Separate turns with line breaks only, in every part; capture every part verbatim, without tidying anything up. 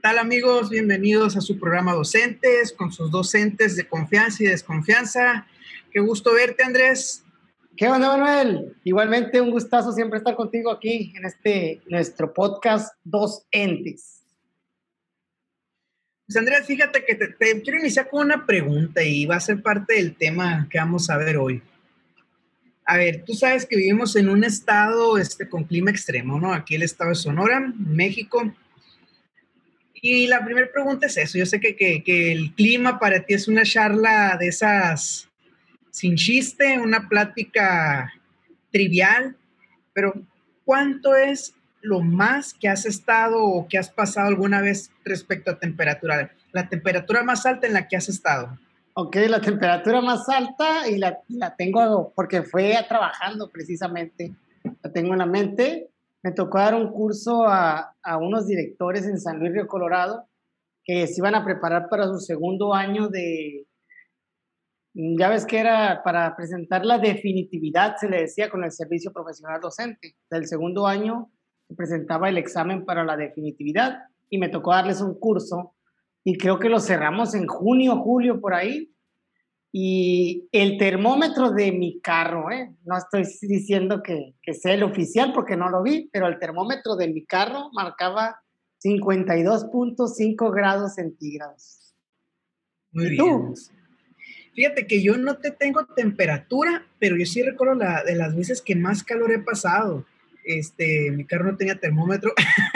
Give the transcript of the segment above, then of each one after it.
tal, amigos? Bienvenidos a su programa Docentes, con sus docentes de confianza y desconfianza. Qué gusto verte, Andrés.
¿Qué onda, Manuel? Igualmente un gustazo siempre estar contigo aquí en este nuestro podcast Dos Entes.
Pues, Andrés, fíjate que te, te quiero iniciar con una pregunta y va a ser parte del tema que vamos a ver hoy. A ver, tú sabes que vivimos en un estado este, con clima extremo, ¿no? Aquí el estado de Sonora, México. Y la primera pregunta es eso. Yo sé que, que, que el clima para ti es una charla de esas sin chiste, una plática trivial, pero ¿cuánto es lo más que has estado o que has pasado alguna vez respecto a temperatura? La temperatura más alta en la que has estado.
Ok, la temperatura más alta y la, la tengo porque fue a trabajando precisamente. La tengo en la mente. Me tocó dar un curso a, a unos directores en San Luis Río Colorado que se iban a preparar para su segundo año de, ya ves que era para presentar la definitividad, se le decía, con el servicio profesional docente. Del segundo año se presentaba el examen para la definitividad y me tocó darles un curso y creo que lo cerramos en junio, julio, por ahí. Y el termómetro de mi carro, ¿eh? No estoy diciendo que, que sea el oficial porque no lo vi, pero el termómetro de mi carro marcaba cincuenta y dos punto cinco grados centígrados.
Muy
¿Y
bien.
tú?
Fíjate que yo no te tengo temperatura, pero yo sí recuerdo la, de las veces que más calor he pasado. Este, mi carro no tenía termómetro.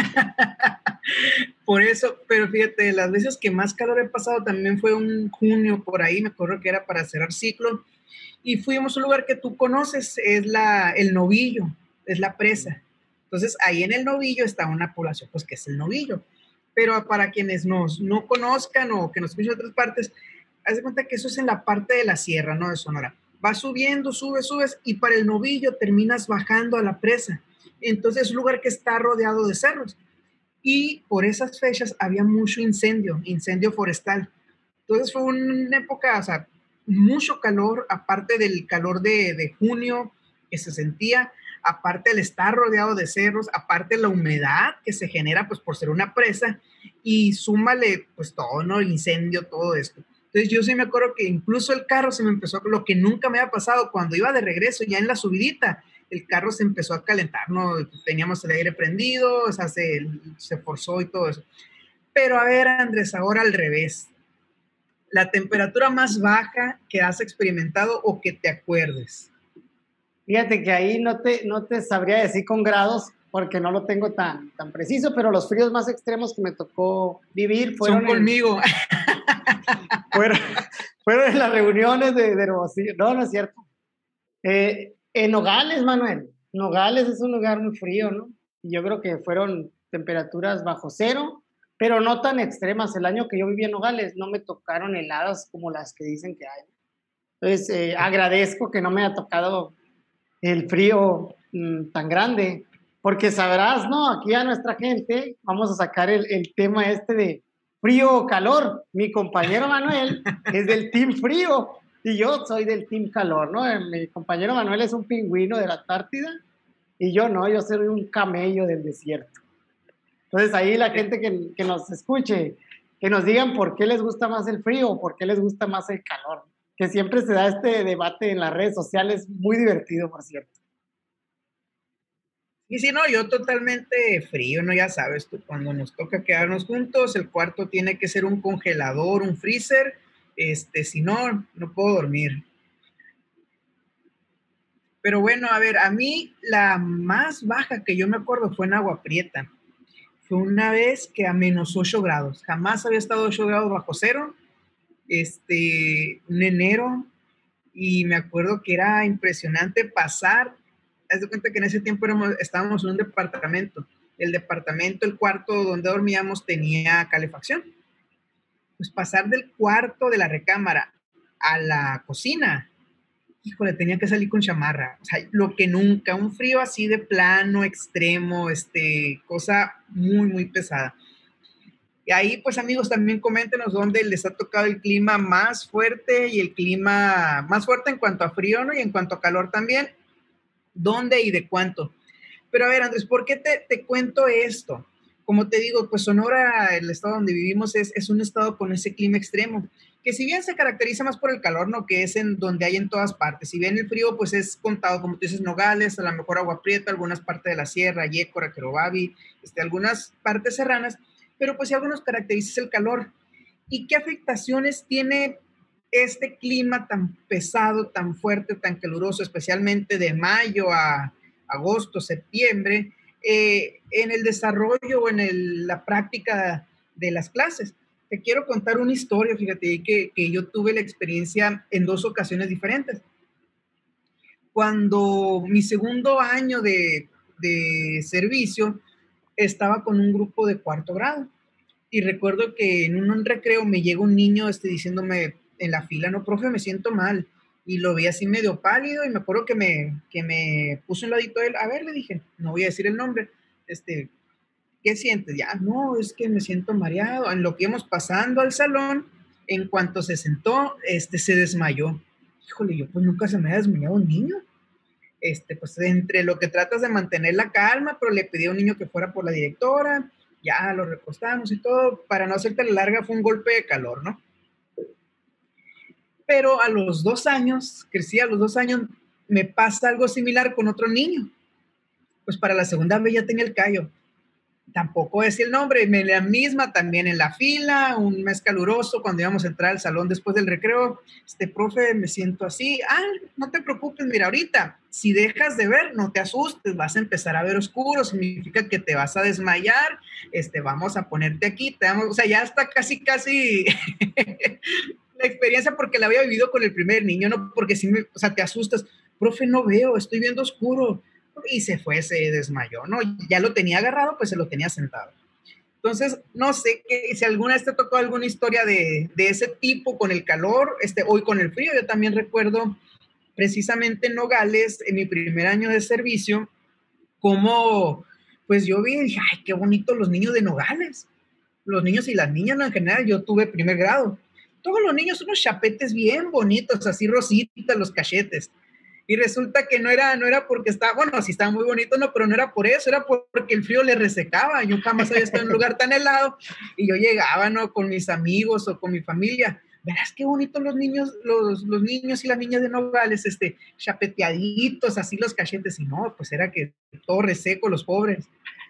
Por eso, pero fíjate, las veces que más calor he pasado también fue un junio por ahí, me acuerdo que era para cerrar ciclo, y fuimos a un lugar que tú conoces, es la, el Novillo, es la presa. Entonces, ahí en el Novillo está una población, pues que es el Novillo. Pero para quienes nos, no conozcan o que nos escuchen de otras partes, haz de cuenta que eso es en la parte de la sierra, ¿no? De Sonora. Vas subiendo, subes, subes, y para el Novillo terminas bajando a la presa. Entonces, es un lugar que está rodeado de cerros. Y por esas fechas había mucho incendio, incendio forestal. Entonces fue una época, o sea, mucho calor, aparte del calor de, de junio que se sentía, aparte el estar rodeado de cerros, aparte la humedad que se genera pues por ser una presa, y súmale pues todo, ¿no? El incendio, todo esto. Entonces yo sí me acuerdo que incluso el carro se me empezó, lo que nunca me había pasado, cuando iba de regreso ya en la subidita, el carro se empezó a calentar, ¿no? Teníamos el aire prendido, o sea, se, se forzó y todo eso. Pero a ver, Andrés, ahora al revés. La temperatura más baja que has experimentado o que te acuerdes.
Fíjate que ahí no te, no te sabría decir con grados porque no lo tengo tan, tan preciso, pero los fríos más extremos que me tocó vivir fueron...
Son conmigo.
En, fueron, fueron en las reuniones de, de Hermosillo. No, no es cierto. Eh, en Nogales, Manuel. Nogales es un lugar muy frío, ¿no? Y yo creo que fueron temperaturas bajo cero, pero no tan extremas. El año que yo viví en Nogales no me tocaron heladas como las que dicen que hay. Entonces, eh, agradezco que no me haya tocado el frío mmm, tan grande, porque sabrás, ¿no? Aquí a nuestra gente vamos a sacar el, el tema este de frío o calor. Mi compañero Manuel es del team frío y yo soy del team calor, ¿no? Mi compañero Manuel es un pingüino de la Antártida y yo no, yo soy un camello del desierto. Entonces ahí la gente que, que nos escuche, que nos digan por qué les gusta más el frío o por qué les gusta más el calor, que siempre se da este debate en las redes sociales, muy divertido, por cierto.
Y si no, yo totalmente frío, ¿no? Ya sabes, tú, cuando nos toca quedarnos juntos, el cuarto tiene que ser un congelador, un freezer, este, si no, no puedo dormir. Pero bueno, a ver, a mí la más baja que yo me acuerdo fue en Agua Prieta. Fue una vez que a menos ocho grados. Jamás había estado ocho grados bajo cero. Este, un enero, y me acuerdo que era impresionante pasar. Haz de cuenta que en ese tiempo éramos, estábamos en un departamento. El departamento, el cuarto donde dormíamos tenía calefacción. Pues pasar del cuarto de la recámara a la cocina, híjole, tenía que salir con chamarra. O sea, lo que nunca, un frío así de plano, extremo, este, cosa muy, muy pesada. Y ahí, pues amigos, también coméntenos dónde les ha tocado el clima más fuerte y el clima más fuerte en cuanto a frío, ¿no? Y en cuanto a calor también, dónde y de cuánto. Pero a ver, Andrés, ¿por qué te, te cuento esto? como te digo, pues Sonora, el estado donde vivimos, es, es un estado con ese clima extremo, que si bien se caracteriza más por el calor, ¿no? Que es en donde hay en todas partes. Si bien el frío, pues es contado, como tú dices, Nogales, a lo mejor Agua Prieta, algunas partes de la sierra, Yécora, Querobabi, este, algunas partes serranas, pero pues si algo nos caracteriza es el calor. ¿Y qué afectaciones tiene este clima tan pesado, tan fuerte, tan caluroso, especialmente de mayo a agosto, septiembre, eh, en el desarrollo o en el, la práctica de las clases? Te quiero contar una historia, fíjate, que, que yo tuve la experiencia en dos ocasiones diferentes. Cuando mi segundo año de, de servicio, estaba con un grupo de cuarto grado. Y recuerdo que en un, un recreo me llega un niño este, diciéndome en la fila, no, profe, me siento mal. Y lo vi así medio pálido y me acuerdo que me, que me puso un ladito de él. A ver, le dije, no voy a decir el nombre, este, ¿qué sientes? Ya, no, es que me siento mareado. En lo que íbamos pasando al salón, en cuanto se sentó, este, se desmayó. Híjole, yo pues nunca se me ha desmayado un niño. Este, pues entre lo que tratas de mantener la calma, pero le pedí a un niño que fuera por la directora, ya lo recostamos y todo, para no hacerte la larga, fue un golpe de calor, ¿no? Pero a los dos años, crecí a los dos años, me pasa algo similar con otro niño. Pues para la segunda vez ya tenía el callo. Tampoco decía el nombre, me la misma también en la fila, un mes caluroso, cuando íbamos a entrar al salón después del recreo, este profe, me siento así, ah, no te preocupes, mira, ahorita, si dejas de ver, no te asustes, vas a empezar a ver oscuro, significa que te vas a desmayar, este, vamos a ponerte aquí, te damos, o sea, ya está casi, casi la experiencia porque la había vivido con el primer niño, no porque si me, o sea, te asustas, profe, no veo, estoy viendo oscuro, y se fue, se desmayó, ¿no? Ya lo tenía agarrado, pues se lo tenía sentado. Entonces, no sé que, si alguna vez te tocó alguna historia de, de ese tipo con el calor, este, hoy con el frío. Yo también recuerdo precisamente en Nogales, en mi primer año de servicio, como pues yo vi y dije, ay, qué bonitos los niños de Nogales. Los niños y las niñas, ¿no? En general, yo tuve primer grado. Todos los niños unos chapetes bien bonitos, así rositas los cachetes. Y resulta que no era, no era porque estaba, bueno, sí estaba muy bonito, no, pero no era por eso, era porque el frío le resecaba. Yo jamás había estado en un lugar tan helado y yo llegaba, ¿no? Con mis amigos o con mi familia. Verás qué bonitos los niños, los, los niños y las niñas de Nogales, este, chapeteaditos, así los cachetes. Y no, pues era que todo reseco, los pobres.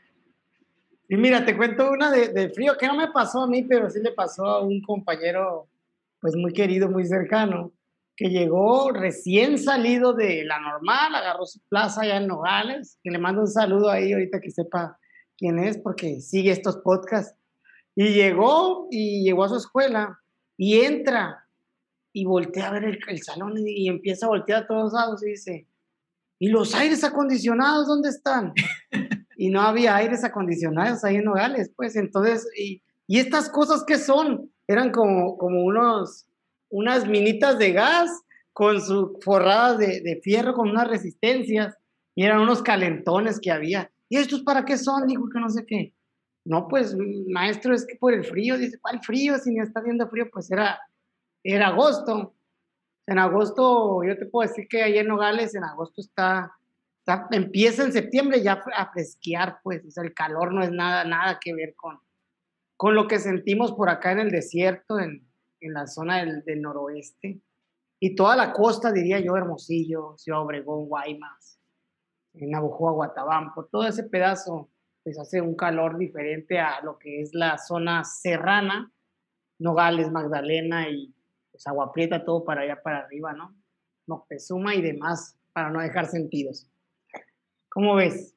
Y mira, te cuento una de, de frío que no me pasó a mí, pero sí le pasó a un compañero, pues muy querido, muy cercano, que llegó recién salido de la normal, agarró su plaza allá en Nogales, que le mando un saludo ahí ahorita que sepa quién es, porque sigue estos podcasts. Y llegó, y llegó a su escuela, y entra, y voltea a ver el, el salón, y, y empieza a voltear a todos lados, y dice, ¿y los aires acondicionados dónde están? Y no había aires acondicionados ahí en Nogales, pues, entonces, y, y estas cosas, ¿qué son? Eran como, como unos, unas minitas de gas con sus forradas de, de fierro, con unas resistencias, y eran unos calentones que había. ¿Y estos para qué son? Dijo que no sé qué. No, pues, maestro, es que por el frío. Dice, ¿cuál frío? Si ni está haciendo frío, pues era, era agosto. En agosto, yo te puedo decir que ahí en Nogales, en agosto está Está, empieza en septiembre ya a fresquear, pues, o sea, el calor no es nada, nada que ver con, con lo que sentimos por acá en el desierto, en, en la zona del, del noroeste, y toda la costa, diría yo, Hermosillo, Ciudad Obregón, Guaymas, en Navojoa, Guatabampo, todo ese pedazo, pues hace un calor diferente a lo que es la zona serrana, Nogales, Magdalena y pues Agua Prieta, todo para allá para arriba, ¿no? Moctezuma y demás, para no dejar sentidos. ¿Cómo ves?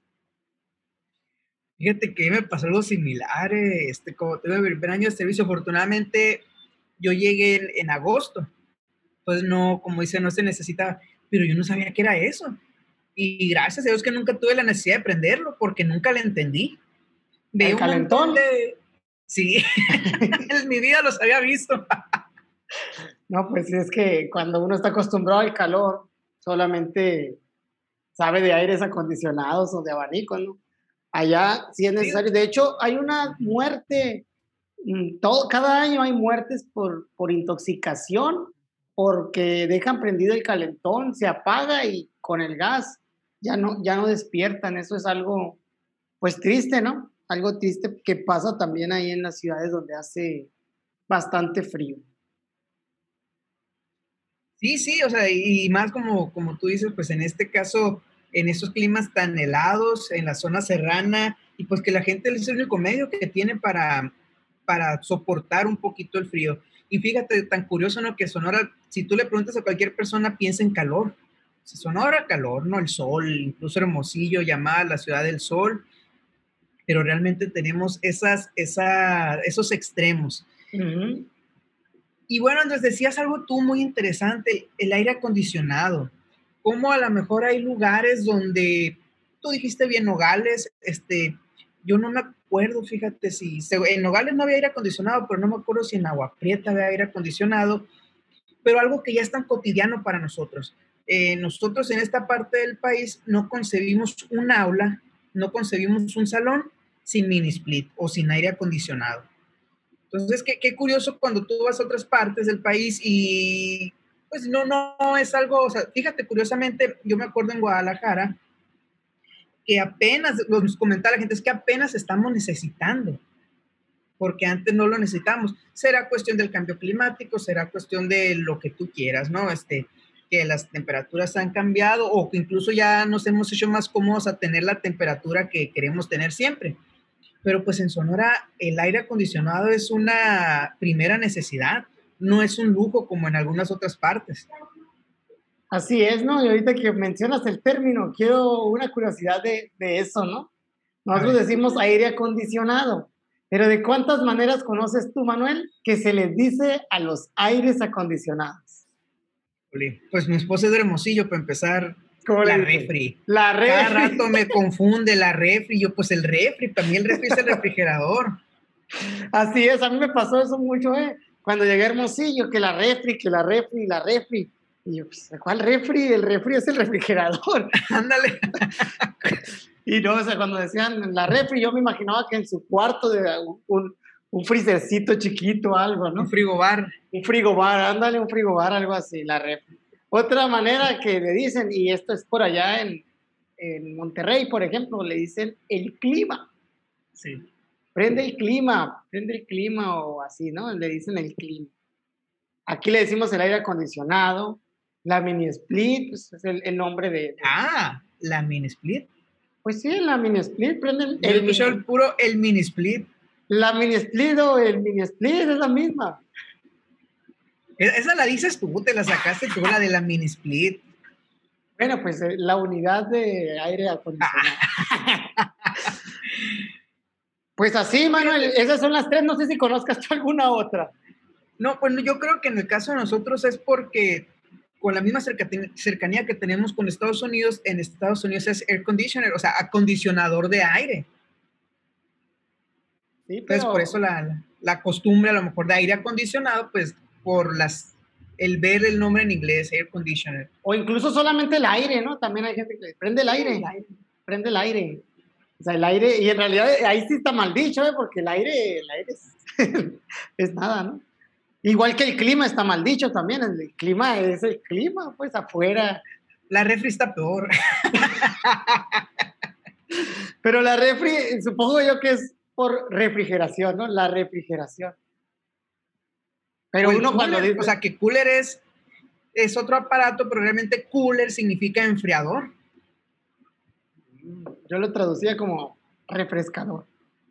Fíjate que me pasó algo similar, eh, este, como tuve mi primer año de servicio, afortunadamente yo llegué en, en agosto, pues no, como dice, no se necesitaba, pero yo no sabía qué era eso. Y gracias a Dios que nunca tuve la necesidad de aprenderlo, porque nunca le entendí.
¿El
Veía un montón
calentón?
de... Sí, en mi vida los había visto.
No, pues sí, es que cuando uno está acostumbrado al calor, solamente sabe de aires acondicionados o de abanicos, ¿no? Allá sí es
Sí,
necesario. De hecho, hay una muerte, mm, todo, cada año hay muertes por, por intoxicación, porque dejan prendido el calentón, se apaga y con el gas ya no, ya no despiertan. Eso es algo, pues triste, ¿no? algo triste que pasa también ahí en las ciudades donde hace bastante frío.
Sí, sí, o sea, y, y más como, como tú dices, pues en este caso, en esos climas tan helados, en la zona serrana, y pues que la gente es el único medio que tiene para, para soportar un poquito el frío. Y fíjate, tan curioso, ¿no? Que Sonora, si tú le preguntas a cualquier persona, piensa en calor. Si Sonora, calor, ¿no? El sol, incluso Hermosillo, llamada la ciudad del sol, pero realmente tenemos esas, esa, esos extremos.
Uh-huh.
Y bueno, Andrés, decías algo tú muy interesante, el aire acondicionado. Cómo a lo mejor hay lugares donde, tú dijiste bien Nogales, este, yo no me acuerdo, fíjate, si en Nogales no había aire acondicionado, pero no me acuerdo si en Agua Prieta había aire acondicionado, pero algo que ya es tan cotidiano para nosotros. Eh, nosotros en esta parte del país no concebimos un aula, no concebimos un salón sin mini split o sin aire acondicionado. Entonces, qué, qué curioso cuando tú vas a otras partes del país y pues no, no, no es algo, o sea, fíjate, curiosamente, yo me acuerdo en Guadalajara que apenas, nos comentaba la gente, es que apenas estamos necesitando, porque antes no lo necesitamos. Será cuestión del cambio climático, será cuestión de lo que tú quieras, ¿no? Este, que las temperaturas han cambiado o que incluso ya nos hemos hecho más cómodos a tener la temperatura que queremos tener siempre. Pero pues en Sonora el aire acondicionado es una primera necesidad, no es un lujo como en algunas otras partes.
Así es, ¿no? Y ahorita que mencionas el término, quiero una curiosidad de, de eso, ¿no? Nosotros decimos aire acondicionado, pero ¿de cuántas maneras conoces tú, Manuel, que se les dice a los aires acondicionados?
Pues mi esposa es de Hermosillo, para empezar, la refri.
La refri.
Cada rato me confunde la refri, yo pues el refri, para mí el refri es el refrigerador.
Así es, a mí me pasó eso mucho, ¿eh? Cuando llegué a Hermosillo, que la refri, que la refri, la refri. Y yo, pues, ¿cuál refri? El refri es el refrigerador.
Ándale.
Y no, o sea, cuando decían la refri, yo me imaginaba que en su cuarto de un, un freezercito chiquito, algo, ¿no?
Un frigobar.
Un frigobar, ándale, un frigobar, algo así, la refri. Otra manera que le dicen, y esto es por allá en, en Monterrey, por ejemplo, le dicen el clima.
Sí.
Prende el clima, prende el clima o así, ¿no? Le dicen el clima. Aquí le decimos el aire acondicionado, la mini split, pues es el, el nombre de, de...
Ah, la mini split.
Pues sí, la mini split, prenden
el, el, mini, el puro, el mini split.
La mini split o el mini split es la misma.
Esa la dices tú, te la sacaste tú, la de la mini split.
Bueno, pues eh, la unidad de aire acondicionado. Pues así, Manuel, esas son las tres, no sé si conozcas tú alguna otra.
No, pues yo creo que en el caso de nosotros es porque con la misma cercanía que tenemos con Estados Unidos, en Estados Unidos es air conditioner, o sea, acondicionador de aire. Sí, pero... Entonces, por eso la, la costumbre a lo mejor de aire acondicionado, pues por las, el ver el nombre en inglés, air conditioner.
O incluso solamente el aire, ¿no? También hay gente que prende el aire, el aire. prende el aire. O sea, el aire, y en realidad ahí sí está mal dicho, ¿eh? Porque el aire, el aire es, es nada, ¿no? Igual que el clima está mal dicho también, el clima es el clima, pues afuera.
La refri está peor.
Pero la refri, supongo yo que es por refrigeración, ¿no? La refrigeración. Pero
o
uno
cooler,
cuando dice...
O sea, que cooler es, es otro aparato, pero realmente cooler significa enfriador.
Yo lo traducía como refrescador.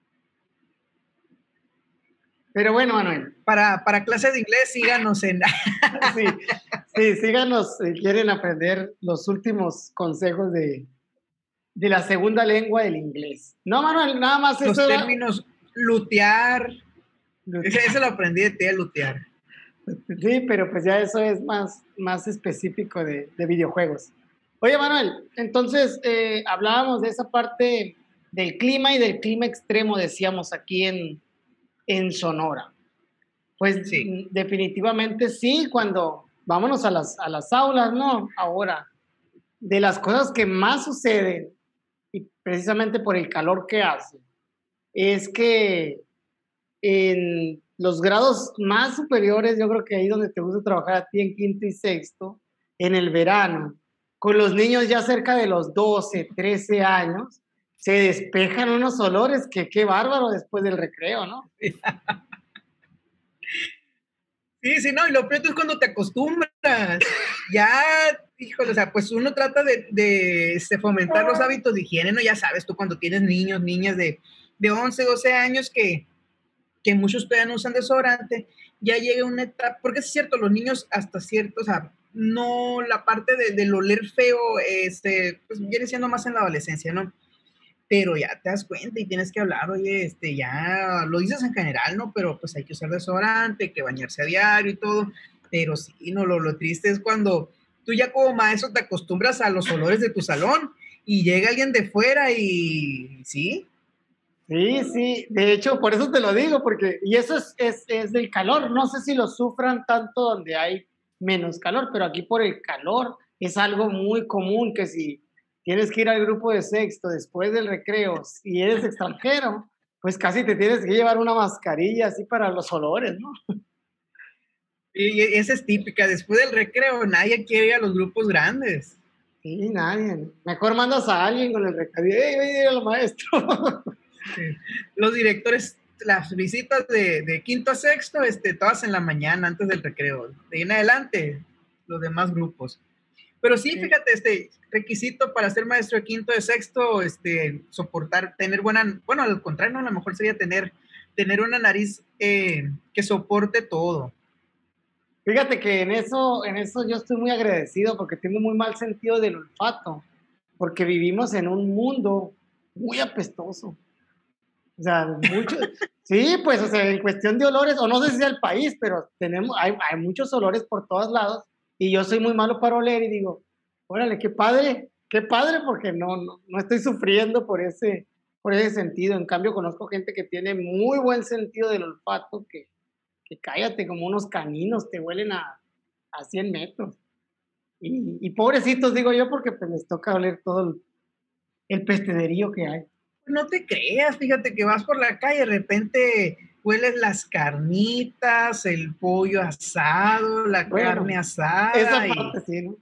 Pero bueno, Manuel.
Para, para clases de inglés, síganos en...
sí, sí, síganos si quieren aprender los últimos consejos de, de la segunda lengua del inglés. No, Manuel, nada más
los
eso
términos era... lutear. Ese, ese lo aprendí de ti, a lutear.
Sí, pero pues ya eso es más, más específico de, de videojuegos. Oye, Manuel, entonces eh, hablábamos de esa parte del clima y del clima extremo, decíamos aquí en, en Sonora. Pues sí. Definitivamente sí, cuando vámonos a las, a las aulas, ¿no? Ahora, de las cosas que más suceden, y precisamente por el calor que hace, es que en los grados más superiores, yo creo que ahí donde te gusta trabajar a ti en quinto y sexto, en el verano, con los niños ya cerca de los doce, trece años, se despejan unos olores que qué bárbaro después del recreo, ¿no?
Sí, sí, no, y lo peor es cuando te acostumbras. Ya, híjole, o sea, pues uno trata de, de, este, fomentar los hábitos de higiene, ¿no? Ya sabes, tú cuando tienes niños, niñas de, de once, doce años que, que muchos todavía no usan desodorante, ya llega una etapa, porque es cierto, los niños hasta cierto, o sea, no, la parte de, del oler feo, este, pues viene siendo más en la adolescencia, ¿no? Pero ya te das cuenta y tienes que hablar, oye, este, ya lo dices en general, ¿no? Pero pues hay que usar desodorante, hay que bañarse a diario y todo, pero sí, no, lo, lo triste es cuando tú ya como maestro te acostumbras a los olores de tu salón y llega alguien de fuera y, ¿sí?
Sí, sí, de hecho, por eso te lo digo, porque, y eso es, es, es del calor, no sé si lo sufran tanto donde hay menos calor, pero aquí por el calor es algo muy común que si tienes que ir al grupo de sexto después del recreo y eres extranjero, pues casi te tienes que llevar una mascarilla así para los olores, ¿no?
Y esa es típica, después del recreo nadie quiere ir a los grupos grandes.
Sí, nadie. Mejor mandas a alguien con el recado, ¡ey, ven al maestro!
Sí. Los directores, las visitas de, de quinto a sexto, este, todas en la mañana antes del recreo. De ahí en adelante, los demás grupos. Pero sí,
Sí.
fíjate, este requisito para ser maestro de quinto de sexto, este, soportar, tener buena, bueno, al contrario, a lo mejor sería tener, tener una nariz eh, que soporte todo.
Fíjate que en eso, en eso yo estoy muy agradecido porque tengo muy mal sentido del olfato, porque vivimos en un mundo muy apestoso. O sea, mucho, sí, pues, o sea, en cuestión de olores, o no sé si sea el país, pero tenemos, hay, hay muchos olores por todos lados y yo soy muy malo para oler y digo, órale, qué padre, qué padre, porque no, no, no estoy sufriendo por ese, por ese sentido. En cambio, conozco gente que tiene muy buen sentido del olfato, que, que cállate, como unos caninos, te huelen a, a cien metros. Y, y pobrecitos, digo yo, porque pues les toca oler todo el, el pestederío que hay.
No te creas, fíjate que vas por la calle, de repente hueles las carnitas, el pollo asado, la carne
Bueno, esa
asada y
parte sí, ¿no?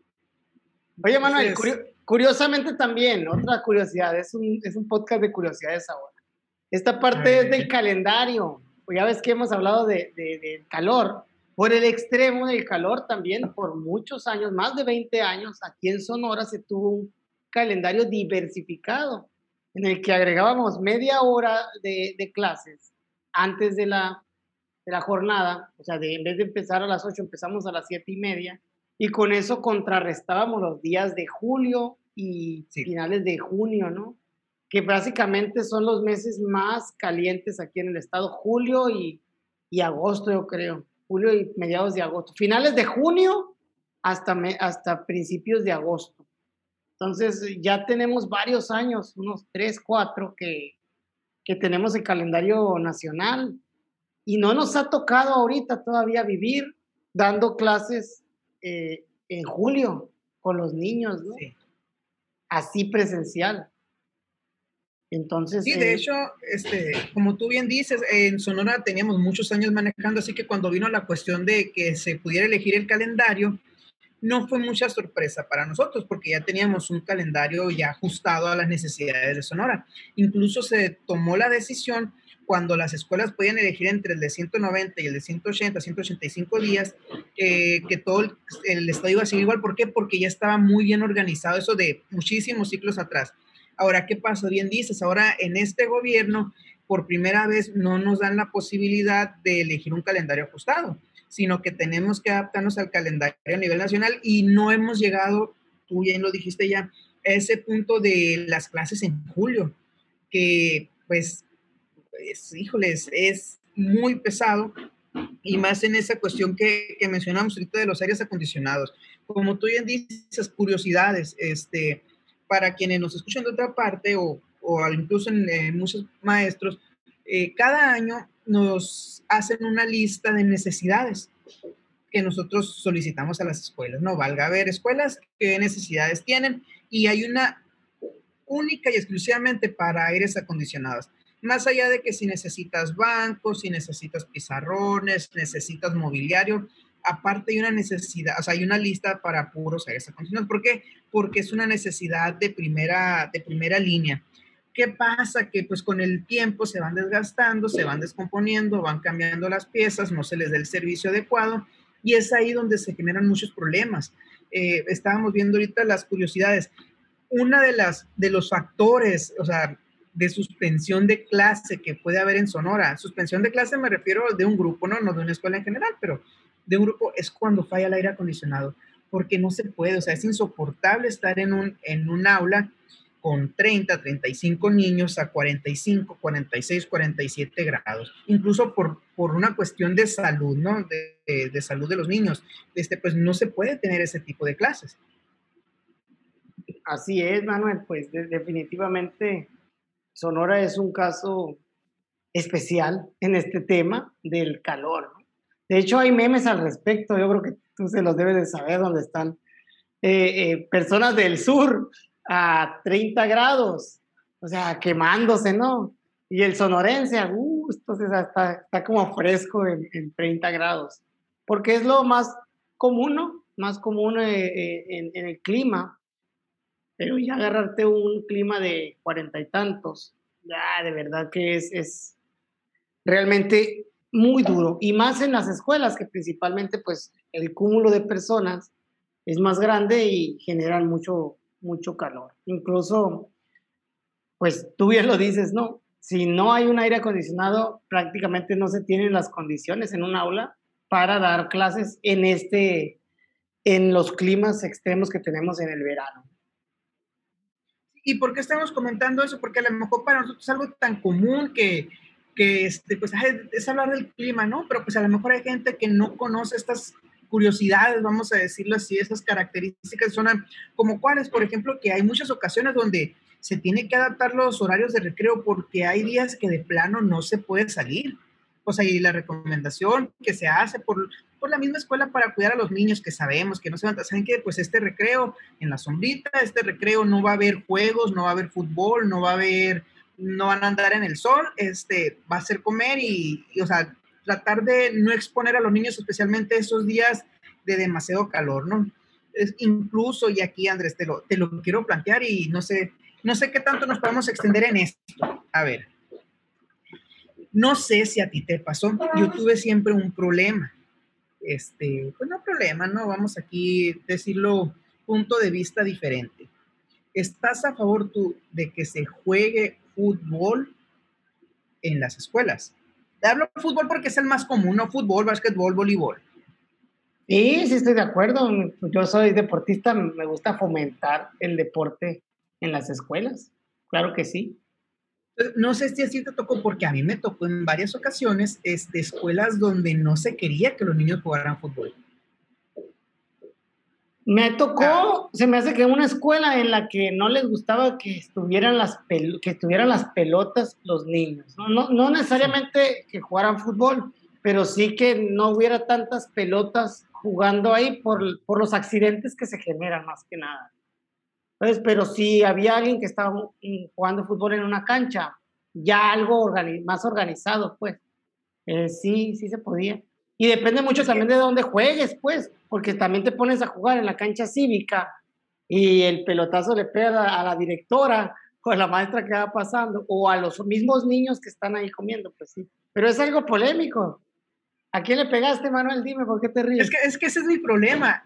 Oye, Manuel,
entonces,
curio- curiosamente también, otra curiosidad, es un, es un podcast de curiosidades ahora. Esta
a
parte es del
ver,
calendario. Pues ya ves que hemos hablado de, de, del calor. Por el extremo del calor también, por muchos años, más de veinte años, aquí en Sonora se tuvo un calendario diversificado en el que agregábamos media hora de, de clases antes de la, de la jornada, o sea, de, en vez de empezar a las ocho, empezamos a las siete y media, y con eso contrarrestábamos los días de julio y
sí.
finales de junio, ¿no? Que básicamente son los meses más calientes aquí en el estado, julio y, y agosto, yo creo, julio y mediados de agosto, finales de junio hasta, me, hasta principios de agosto. Entonces ya tenemos varios años, unos tres, cuatro, que, que tenemos el calendario nacional y no nos ha tocado ahorita todavía vivir dando clases eh, en julio con los niños, ¿no?
Sí.
Así presencial. Entonces,
Sí, de
eh,
hecho, este, como tú bien dices, en Sonora teníamos muchos años manejando, así que cuando vino la cuestión de que se pudiera elegir el calendario, no fue mucha sorpresa para nosotros porque ya teníamos un calendario ya ajustado a las necesidades de Sonora. Incluso se tomó la decisión cuando las escuelas podían elegir entre el de ciento noventa y el de ciento ochenta, ciento ochenta y cinco días, eh, que todo el, el estado iba a seguir igual. ¿Por qué? Porque ya estaba muy bien organizado eso de muchísimos ciclos atrás. Ahora, ¿qué pasa? Bien dices, ahora en este gobierno, por primera vez, no nos dan la posibilidad de elegir un calendario ajustado, sino que tenemos que adaptarnos al calendario a nivel nacional y no hemos llegado, tú bien lo dijiste ya, a ese punto de las clases en julio, que pues, pues híjoles, es muy pesado y más en esa cuestión que, que mencionamos ahorita de los aires acondicionados. Como tú bien dices, curiosidades, este, para quienes nos escuchan de otra parte o, o incluso en, en muchos maestros, eh, cada año nos hacen una lista de necesidades que nosotros solicitamos a las escuelas, ¿no? Valga a ver, escuelas, qué necesidades tienen y hay una única y exclusivamente para aires acondicionados. Más allá de que si necesitas bancos, si necesitas pizarrones, necesitas mobiliario, aparte hay una necesidad, o sea, hay una lista para puros aires acondicionados. ¿Por qué? Porque es una necesidad de primera, de primera línea. ¿Qué pasa? Que pues con el tiempo se van desgastando, se van descomponiendo, van cambiando las piezas, no se les da el servicio adecuado y es ahí donde se generan muchos problemas. Eh, estábamos viendo ahorita las curiosidades. Una de las de los factores, o sea, de suspensión de clase que puede haber en Sonora, suspensión de clase me refiero de un grupo, no, no de una escuela en general, pero de un grupo es cuando falla el aire acondicionado, porque no se puede, o sea, es insoportable estar en un, en un aula con treinta, treinta y cinco niños a cuarenta y cinco, cuarenta y seis, cuarenta y siete grados, incluso por, por una cuestión de salud, ¿no? De, de, de salud de los niños, este, pues no se puede tener ese tipo de clases.
Así es, Manuel, pues de, definitivamente Sonora es un caso especial en este tema del calor, ¿no? De hecho, hay memes al respecto, yo creo que tú se los debes de saber, donde están eh, eh, personas del sur a treinta grados, o sea, quemándose, ¿no? Y el sonorense a gusto, o sea, está, está como fresco en, en treinta grados, porque es lo más común, ¿no? Más común eh, eh, en, en el clima, pero ya agarrarte un clima de cuarenta y tantos, ya de verdad que es, es realmente muy duro, y más en las escuelas, que principalmente pues el cúmulo de personas es más grande y generan mucho, mucho calor. Incluso, pues tú bien lo dices, ¿no? Si no hay un aire acondicionado, prácticamente no se tienen las condiciones en un aula para dar clases en este, en los climas extremos que tenemos en el verano.
¿Y por qué estamos comentando eso? Porque a lo mejor para nosotros es algo tan común que, que este, pues, es hablar del clima, ¿no? Pero pues a lo mejor hay gente que no conoce estas curiosidades, vamos a decirlo así, esas características son como cuáles, por ejemplo, que hay muchas ocasiones donde se tiene que adaptar los horarios de recreo porque hay días que de plano no se puede salir. O sea, y la recomendación que se hace por, por la misma escuela para cuidar a los niños que sabemos que no se van a... ¿Saben qué? Pues este recreo en la sombrita, este recreo no va a haber juegos, no va a haber fútbol, no va a haber, no van a andar en el sol, este, va a ser comer y, y o sea, tratar de no exponer a los niños, especialmente esos días de demasiado calor, ¿no? Es incluso, y aquí Andrés, te lo, te lo quiero plantear y no sé, no sé qué tanto nos podemos extender en esto. A ver, no sé si a ti te pasó, yo tuve siempre un problema, este, pues no problema, ¿no? Vamos aquí a decirlo, punto de vista diferente. ¿Estás a favor tú de que se juegue fútbol en las escuelas? Hablo de fútbol porque es el más común, ¿no? Fútbol, básquetbol, voleibol.
Sí, sí estoy de acuerdo. Yo soy deportista, me gusta fomentar el deporte en las escuelas. Claro que sí.
No sé si así te tocó, porque a mí me tocó en varias ocasiones este, escuelas donde no se quería que los niños jugaran fútbol.
Me
Ah,
tocó, se me hace que una escuela en la que no les gustaba que estuvieran las, pel que estuvieran las pelotas los niños, ¿no? No, no
sí.
necesariamente que jugaran fútbol, pero sí que no hubiera tantas pelotas jugando ahí por, por los accidentes que se generan más que nada. Entonces, pero si había alguien que estaba jugando fútbol en una cancha, ya algo organi más organizado, pues, eh, sí, sí se podía. Y depende mucho
Es
también
que
de dónde juegues, pues, porque también te pones a jugar en la cancha cívica y el pelotazo le pega a la directora o a la maestra que va pasando o a los mismos niños que están ahí comiendo, pues sí. Pero es algo polémico. ¿A quién le pegaste, Manuel? Dime, ¿por qué te
es
ríes?
que, es que ese es mi problema.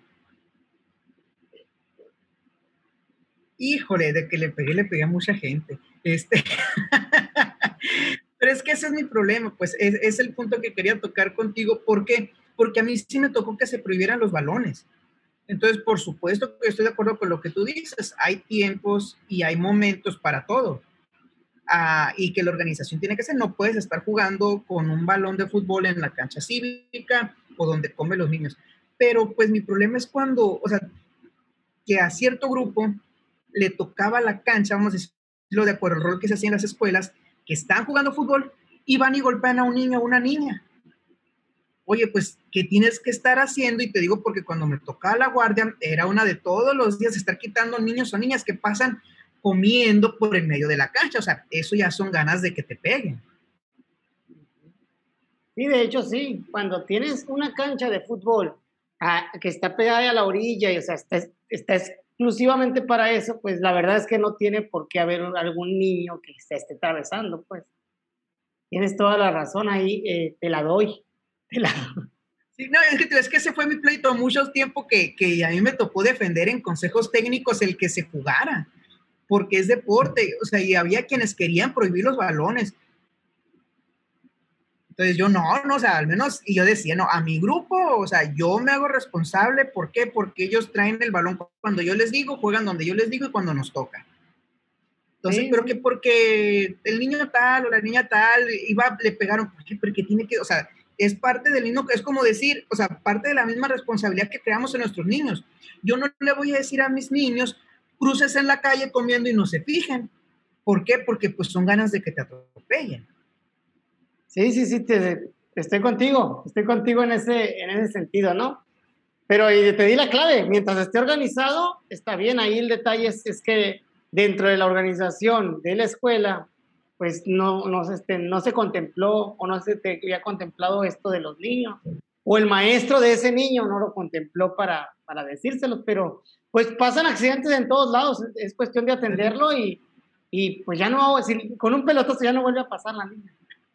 Híjole, de que le pegué, le pegué a mucha gente. Este, pero es que ese es mi problema, pues es, es el punto que quería tocar contigo. ¿Por qué? Porque a mí sí me tocó que se prohibieran los balones. Entonces, por supuesto que estoy de acuerdo con lo que tú dices. Hay tiempos y hay momentos para todo. Ah, y que la organización tiene que ser, no puedes estar jugando con un balón de fútbol en la cancha cívica o donde comen los niños. Pero pues mi problema es cuando, o sea, que a cierto grupo le tocaba la cancha, vamos a decirlo de acuerdo al rol que se hacía en las escuelas, que están jugando fútbol y van y golpean a un niño o una niña. Oye, pues, ¿qué tienes que estar haciendo? Y te digo porque cuando me tocaba la guardia, era una de todos los días estar quitando niños o niñas que pasan comiendo por el medio de la cancha. O sea, eso ya son ganas de que te peguen.
Sí, de hecho sí, cuando tienes una cancha de fútbol ah, que está pegada a la orilla y o sea, está, está exclusivamente para eso, pues la verdad es que no tiene por qué haber algún niño que se esté atravesando, pues. Tienes toda la razón ahí, eh, te la doy. Te la...
Sí, no, es que, es que ese fue mi pleito mucho tiempo que, que a mí me tocó defender en consejos técnicos el que se jugara, porque es deporte, o sea, y había quienes querían prohibir los balones. Entonces yo no, no, o sea, al menos, y yo decía, no, a mi grupo, o sea, yo me hago responsable, ¿por qué? Porque ellos traen el balón cuando yo les digo, juegan donde yo les digo y cuando nos toca. Entonces,
Sí,
pero
sí.
que porque el niño tal o la niña tal iba, le pegaron, ¿por qué? Porque tiene que, o sea, es parte del niño, es como decir, o sea, parte de la misma responsabilidad que creamos en nuestros niños. Yo no le voy a decir a mis niños, cruces en la calle comiendo y no se fijen. ¿Por qué? Porque pues son ganas de que te atropellen.
Sí, sí, sí, te, estoy contigo, estoy contigo en ese, en ese sentido, ¿no? Pero y te di la clave, mientras esté organizado, está bien, ahí el detalle es, es que dentro de la organización de la escuela, pues no, no, se, este, no se contempló o no se te había contemplado esto de los niños, o el maestro de ese niño no lo contempló para, para decírselos, pero pues pasan accidentes en todos lados, es, es cuestión de atenderlo y, y pues ya no, si, con un pelotazo ya no vuelve a pasar la niña.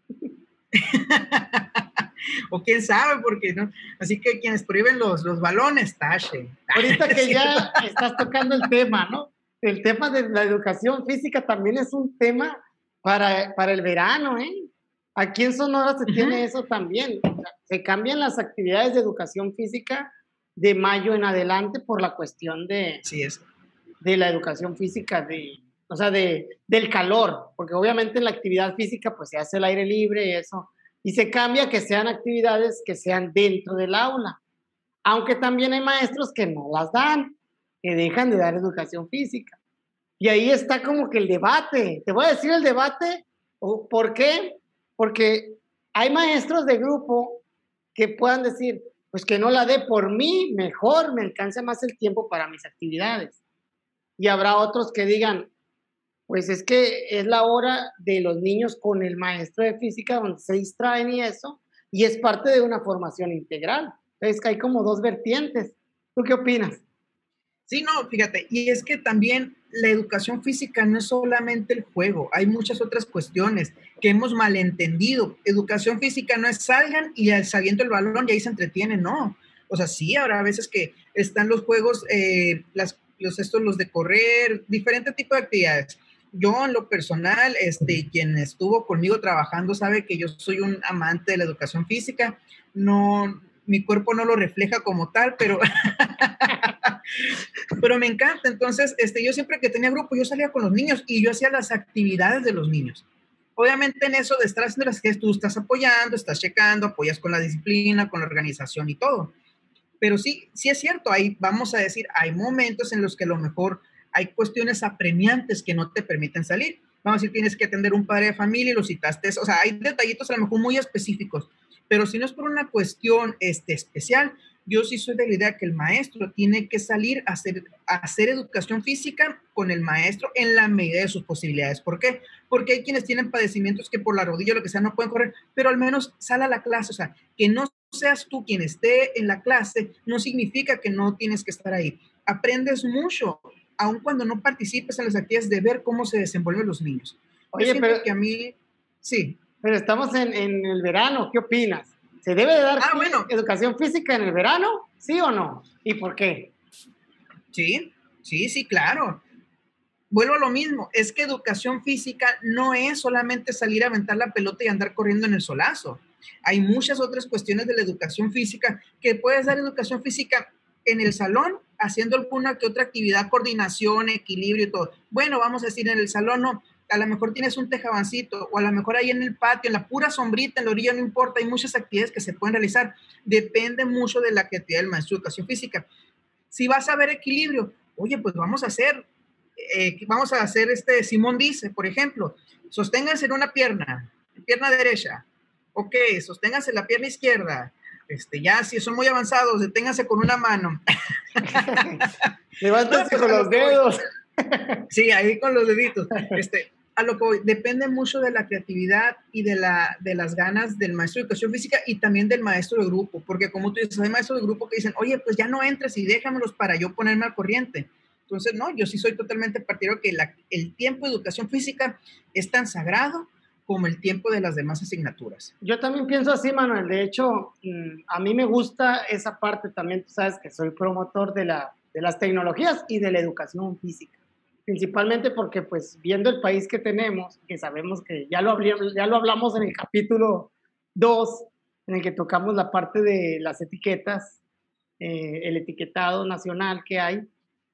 O quién sabe, porque no. Así que quienes prohíben los, los balones, tache.
Ahorita que ya estás tocando el tema, ¿no? El tema de la educación física también es un tema para, para el verano, ¿eh? Aquí en Sonora se tiene
Uh-huh.
eso también. O sea, se cambian las actividades de educación física de mayo en adelante por la cuestión de,
Sí, es.
de la educación física, de, o sea, de, del calor, porque obviamente la actividad física pues se hace al aire libre y eso, y se cambia que sean actividades que sean dentro del aula, aunque también hay maestros que no las dan, que dejan de dar educación física. Y ahí está como que el debate, te voy a decir el debate, ¿por qué? Porque hay maestros de grupo que puedan decir, pues que no la dé por mí, mejor me alcanza más el tiempo para mis actividades. Y habrá otros que digan, pues es que es la hora de los niños con el maestro de física donde se distraen y eso, y es parte de una formación integral. Entonces que hay como dos vertientes. ¿Tú qué opinas?
Sí, no, fíjate, y es que también la educación física no es solamente el juego, hay muchas otras cuestiones que hemos malentendido. Educación física no es salgan y sabiendo el balón y ahí se entretienen, no. O sea, sí, habrá veces que están los juegos, eh, las, los, estos, los de correr, diferente tipo de actividades. Yo en lo personal, este, quien estuvo conmigo trabajando sabe que yo soy un amante de la educación física, no, mi cuerpo no lo refleja como tal, pero pero me encanta. Entonces, este, yo siempre que tenía grupo, yo salía con los niños y yo hacía las actividades de los niños. Obviamente en eso de estar haciendo las que tú estás apoyando, estás checando, apoyas con la disciplina, con la organización y todo. Pero sí, sí es cierto, hay, vamos a decir, hay momentos en los que a lo mejor hay cuestiones apremiantes que no te permiten salir. Vamos a decir, tienes que atender un padre de familia y lo citaste, o sea, hay detallitos a lo mejor muy específicos, pero si no es por una cuestión este, especial, yo sí soy de la idea que el maestro tiene que salir a hacer, a hacer educación física con el maestro en la medida de sus posibilidades. ¿Por qué? Porque hay quienes tienen padecimientos que por la rodilla o lo que sea no pueden correr, pero al menos sale a la clase, o sea, que no seas tú quien esté en la clase, no significa que no tienes que estar ahí. Aprendes mucho, aun cuando no participes en las actividades, de ver cómo se desenvuelven los niños. Yo
Oye,
siento
pero,
que a mí, sí.
pero estamos en, en el verano, ¿qué opinas? ¿Se debe de dar
Ah, bueno.
educación física en el verano? ¿Sí o no? ¿Y por qué?
Sí, sí, sí, claro. Vuelvo a lo mismo, es que educación física no es solamente salir a aventar la pelota y andar corriendo en el solazo. Hay muchas otras cuestiones de la educación física que puedes dar educación física en el salón, haciendo alguna que otra actividad, coordinación, equilibrio y todo. Bueno, vamos a decir, en el salón no, a lo mejor tienes un tejabancito o a lo mejor ahí en el patio, en la pura sombrita, en la orilla, no importa, hay muchas actividades que se pueden realizar. Depende mucho de la creatividad del maestro de educación física. Si vas a ver equilibrio, oye, pues vamos a hacer, eh, vamos a hacer este, Simón dice, por ejemplo, sosténganse en una pierna, pierna derecha, ok, sosténganse la pierna izquierda, este, ya si son muy avanzados, deténganse con una mano.
Levántense no, pues con los dedos.
Sí, ahí con los deditos. Este, a lo que voy, depende mucho de la creatividad y de, la, de las ganas del maestro de educación física y también del maestro de grupo, porque como tú dices, hay maestros de grupo que dicen, oye, pues ya no entres y déjamelos para yo ponerme al corriente. Entonces, no, yo sí soy totalmente partidario que la, el tiempo de educación física es tan sagrado como el tiempo de las demás asignaturas.
Yo también pienso así, Manuel. De hecho, a mí me gusta esa parte también. Tú sabes que soy promotor de, la, de las tecnologías y de la educación física. Principalmente porque, pues, viendo el país que tenemos, que sabemos que ya lo, hablamos, ya lo hablamos en el capítulo dos, en el que tocamos la parte de las etiquetas, eh, el etiquetado nacional que hay,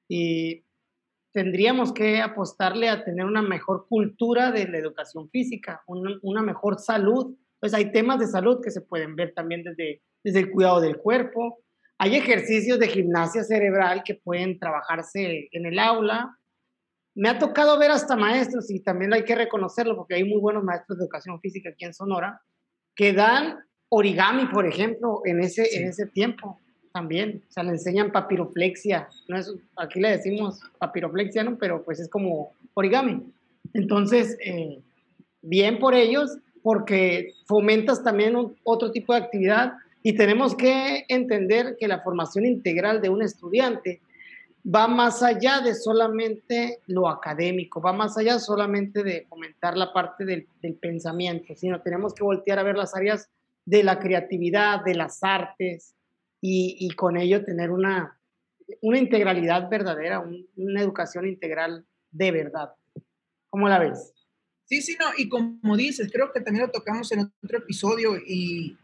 y tendríamos que apostarle a tener una mejor cultura de la educación física, una, una mejor salud. Pues hay temas de salud que se pueden ver también desde, desde el cuidado del cuerpo. Hay ejercicios de gimnasia cerebral que pueden trabajarse en el aula. Me ha tocado ver hasta maestros, y también hay que reconocerlo porque hay muy buenos maestros de educación física aquí en Sonora, que dan origami, por ejemplo, en ese, sí. en ese tiempo también. O sea, le enseñan papiroflexia. No es, aquí le decimos papiroflexia, ¿no? Pero pues es como origami. Entonces, eh, bien por ellos, porque fomentas también un, otro tipo de actividad, y tenemos que entender que la formación integral de un estudiante va más allá de solamente lo académico, va más allá solamente de fomentar la parte del, del pensamiento, sino tenemos que voltear a ver las áreas de la creatividad, de las artes, y, y con ello tener una, una integralidad verdadera, un, una educación integral de verdad. ¿Cómo la ves?
Sí, sí, no, y como dices, creo que también lo tocamos en otro episodio, y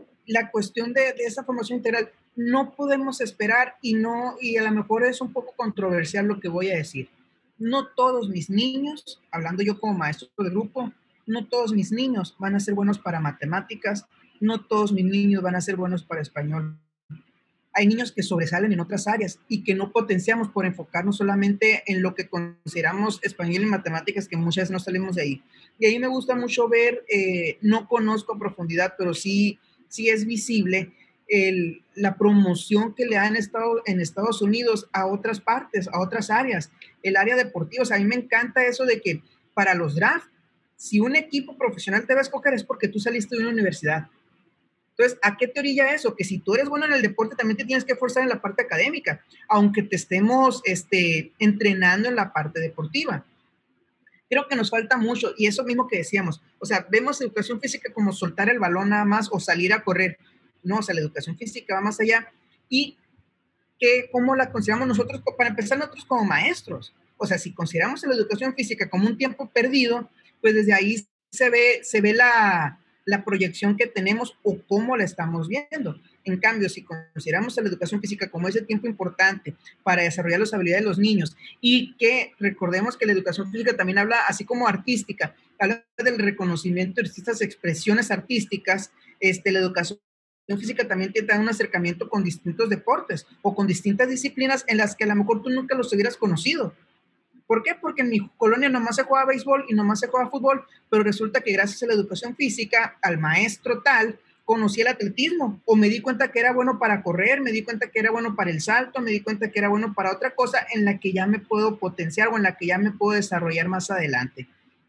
la cuestión de, de esa formación integral, no podemos esperar, y no, y a lo mejor es un poco controversial lo que voy a decir. No todos mis niños, hablando yo como maestro de grupo, no todos mis niños van a ser buenos para matemáticas, no todos mis niños van a ser buenos para español. Hay niños que sobresalen en otras áreas y que no potenciamos por enfocarnos solamente en lo que consideramos español y matemáticas, que muchas veces no salimos de ahí. Y ahí me gusta mucho ver, eh, no conozco a profundidad, pero sí, sí es visible el, la promoción que le da en, Estado, en Estados Unidos a otras partes, a otras áreas. El área deportiva, o sea, a mí me encanta eso de que para los drafts, si un equipo profesional te va a escoger es porque tú saliste de una universidad. Entonces, ¿a qué te orilla eso? Que si tú eres bueno en el deporte, también te tienes que esforzar en la parte académica, aunque te estemos este, entrenando en la parte deportiva. Creo que nos falta mucho, y eso mismo que decíamos, o sea, vemos educación física como soltar el balón nada más o salir a correr. No, o sea, la educación física va más allá. Y que, ¿cómo la consideramos nosotros? Para empezar, nosotros como maestros. O sea, si consideramos la educación física como un tiempo perdido, pues desde ahí se ve, se ve la, la proyección que tenemos o cómo la estamos viendo. En cambio, si consideramos a la educación física como ese tiempo importante para desarrollar las habilidades de los niños, y que recordemos que la educación física también habla, así como artística, habla del reconocimiento de estas expresiones artísticas, este, la educación física también te da un acercamiento con distintos deportes o con distintas disciplinas en las que a lo mejor tú nunca los hubieras conocido. ¿Por qué? Porque en mi colonia nomás se juega béisbol y nomás se juega fútbol, pero resulta que gracias a la educación física, al maestro tal, conocí el atletismo, o me di cuenta que era bueno para correr, me di cuenta que era bueno para el salto, me di cuenta que era bueno para otra cosa en la que ya me puedo potenciar o en la que ya me puedo desarrollar más adelante.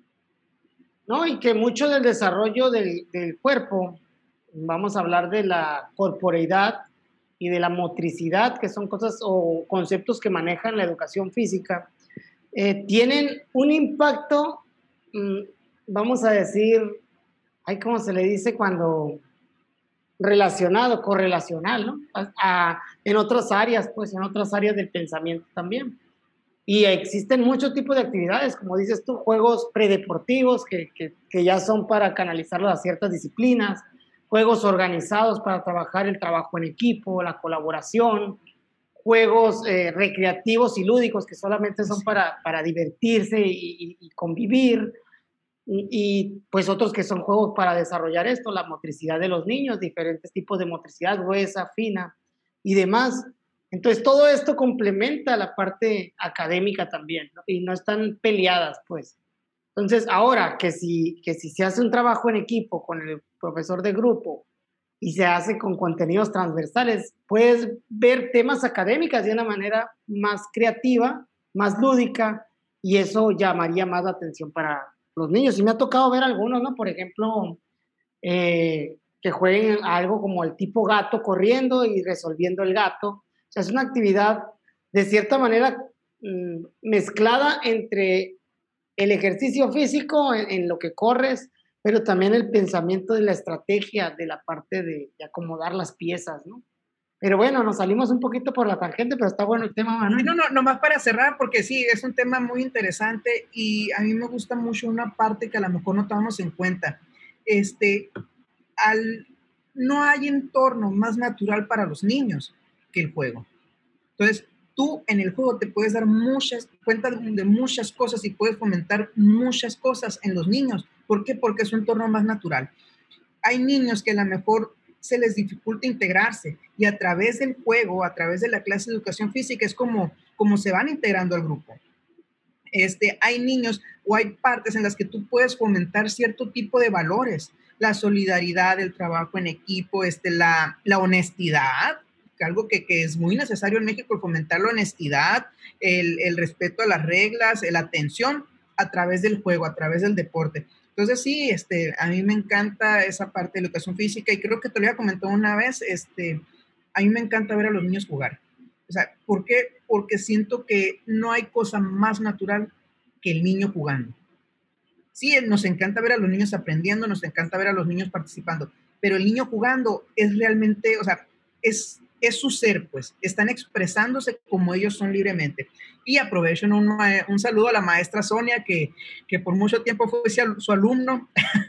No, y que mucho del desarrollo del, del cuerpo, vamos a hablar de la corporeidad y de la motricidad, que son cosas o conceptos que manejan la educación física, eh, tienen un impacto, mmm, vamos a decir, ay, ¿cómo se le dice cuando relacionado, correlacional, ¿no? A, a, en otras áreas, pues, en otras áreas del pensamiento también. Y existen muchos tipos de actividades, como dices tú, juegos predeportivos que, que, que ya son para canalizarlos a ciertas disciplinas, juegos organizados para trabajar el trabajo en equipo, la colaboración, juegos eh, recreativos y lúdicos que solamente son para, para divertirse y, y, y convivir, y, y pues otros que son juegos para desarrollar esto, la motricidad de los niños, diferentes tipos de motricidad, gruesa, fina y demás. Entonces, todo esto complementa la parte académica también, ¿no? Y no están peleadas, pues. Entonces, ahora que si, que si se hace un trabajo en equipo con el profesor de grupo y se hace con contenidos transversales, puedes ver temas académicos de una manera más creativa, más lúdica, y eso llamaría más la atención para los niños. Y me ha tocado ver algunos, ¿no? Por ejemplo, eh, que jueguen algo como el tipo gato corriendo y resolviendo el gato. O sea, es una actividad de cierta manera mm, mezclada entre el ejercicio físico en, en lo que corres, pero también el pensamiento de la estrategia, de la parte de, de acomodar las piezas, ¿no? Pero bueno, nos salimos un poquito por la tangente, pero está bueno el tema,
Sí,
Manuel.
no, no, nomás para cerrar, porque sí, es un tema muy interesante y a mí me gusta mucho una parte que a lo mejor no tomamos en cuenta. Este, al, no hay entorno más natural para los niños que el juego. Entonces, tú en el juego te puedes dar muchas cuenta de muchas cosas y puedes fomentar muchas cosas en los niños. ¿Por qué? Porque es un entorno más natural. Hay niños que a lo mejor se les dificulta integrarse y a través del juego, a través de la clase de educación física, es como, como se van integrando al grupo. Este, hay niños o hay partes en las que tú puedes fomentar cierto tipo de valores, la solidaridad, el trabajo en equipo, este, la, la honestidad, algo que, que, es muy necesario en México, fomentar la honestidad, el, el respeto a las reglas, la atención a través del juego, a través del deporte. Entonces sí, este, a mí me encanta esa parte de educación física y creo que te lo había comentado una vez, este, a mí me encanta ver a los niños jugar. O sea, ¿por qué? Porque siento que no hay cosa más natural que el niño jugando. Sí, nos encanta ver a los niños aprendiendo, nos encanta ver a los niños participando, pero el niño jugando es realmente, o sea, es, es su ser, pues, están expresándose como ellos son libremente. Y aprovecho un, un saludo a la maestra Sonia, que, que por mucho tiempo fue su alumno.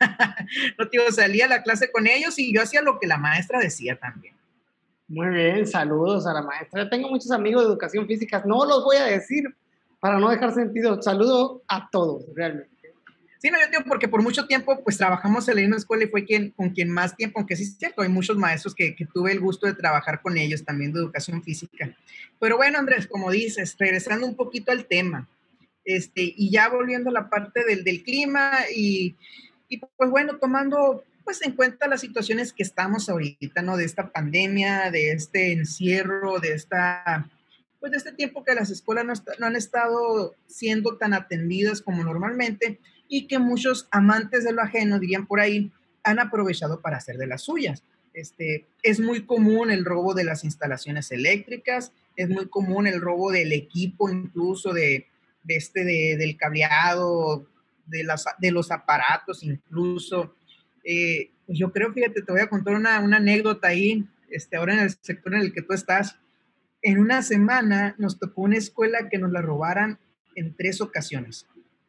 No, tío, salía a la clase con ellos y yo hacía lo que la maestra decía también.
Muy bien, saludos a la maestra. Yo tengo muchos amigos de educación física, no los voy a decir para no dejar sentido. Saludo a todos, realmente.
Sí, no, yo digo porque por mucho tiempo pues trabajamos en la misma escuela y fue quien, con quien más tiempo, aunque sí es cierto, hay muchos maestros que, que tuve el gusto de trabajar con ellos también de educación física. Pero bueno, Andrés, como dices, regresando un poquito al tema, este, y ya volviendo a la parte del, del clima y, y pues bueno, tomando pues en cuenta las situaciones que estamos ahorita, ¿no? De esta pandemia, de este encierro, de esta, pues de este tiempo que las escuelas no, está, no han estado siendo tan atendidas como normalmente y que muchos amantes de lo ajeno, dirían por ahí, han aprovechado para hacer de las suyas. Este, es muy común el robo de las instalaciones eléctricas, es muy común el robo del equipo, incluso de, de este, de, del cableado, de, las, de los aparatos incluso. Eh, pues yo creo, fíjate, te voy a contar una, una anécdota ahí, este, ahora en el sector en el que tú estás. En una semana nos tocó una escuela que nos la robaran en tres ocasiones.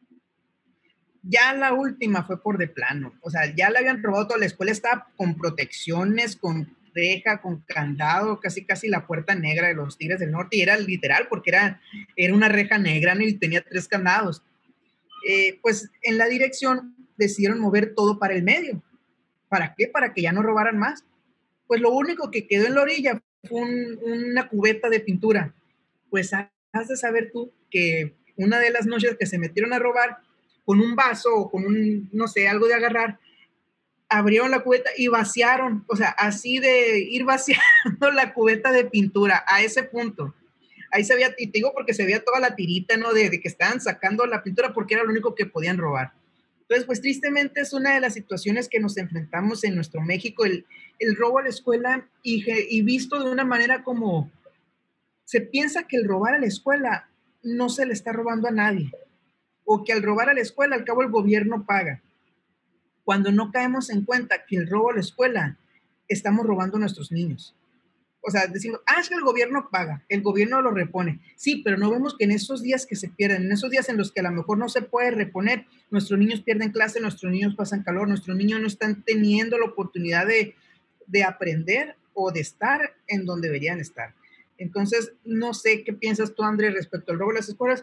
Ya la última fue por de plano, o sea, ya la habían robado toda la escuela, estaba con protecciones, con reja, con candado, casi casi la puerta negra de los Tigres del Norte, y era literal porque era, era una reja negra y tenía tres candados. Eh, pues en la dirección decidieron mover todo para el medio. ¿Para qué? Para que ya no robaran más. Pues lo único que quedó en la orilla fue un, una cubeta de pintura. Pues has de saber tú que una de las noches que se metieron a robar, con un vaso o con un, no sé, algo de agarrar, abrieron la cubeta y vaciaron, o sea, así de ir vaciando la cubeta de pintura a ese punto. Ahí se veía, y te digo porque se veía toda la tirita, ¿no? De, de que estaban sacando la pintura porque era lo único que podían robar. Entonces, pues tristemente es una de las situaciones que nos enfrentamos en nuestro México, el, el robo a la escuela y, y visto de una manera como se piensa que el robar a la escuela no se le está robando a nadie, o que al robar a la escuela al cabo el gobierno paga, cuando no caemos en cuenta que el robo a la escuela estamos robando a nuestros niños. O sea, decimos, ah, es que el gobierno paga, el gobierno lo repone. Sí, pero no vemos que en esos días que se pierden, en esos días en los que a lo mejor no se puede reponer, nuestros niños pierden clase, nuestros niños pasan calor, nuestros niños no están teniendo la oportunidad de, de aprender o de estar en donde deberían estar. Entonces, no sé qué piensas tú, André, respecto al robo de las escuelas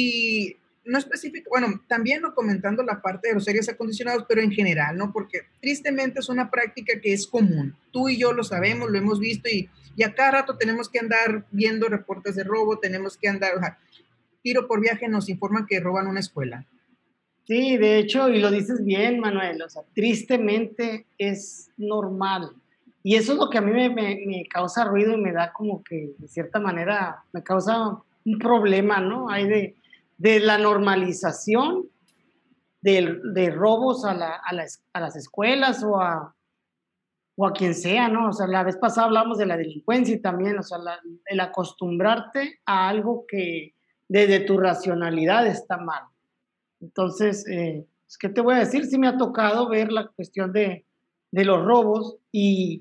y no específico, bueno, también no comentando la parte de los aires acondicionados, pero en general, ¿no? Porque tristemente es una práctica que es común. Tú y yo lo sabemos, lo hemos visto y, y a cada rato tenemos que andar viendo reportes de robo, tenemos que andar, o sea, tiro por viaje nos informan que roban una escuela.
Sí, de hecho, y lo dices bien, Manuel, o sea, tristemente es normal. Y eso es lo que a mí me, me, me causa ruido y me da como que, de cierta manera, me causa un problema, ¿no? Hay de, de la normalización de, de robos a, la, a, las, a las escuelas o a, o a quien sea, ¿no? O sea, la vez pasada hablamos de la delincuencia y también, o sea, la, el acostumbrarte a algo que desde tu racionalidad está mal. Entonces, eh, ¿qué te voy a decir? Sí me ha tocado ver la cuestión de, de los robos y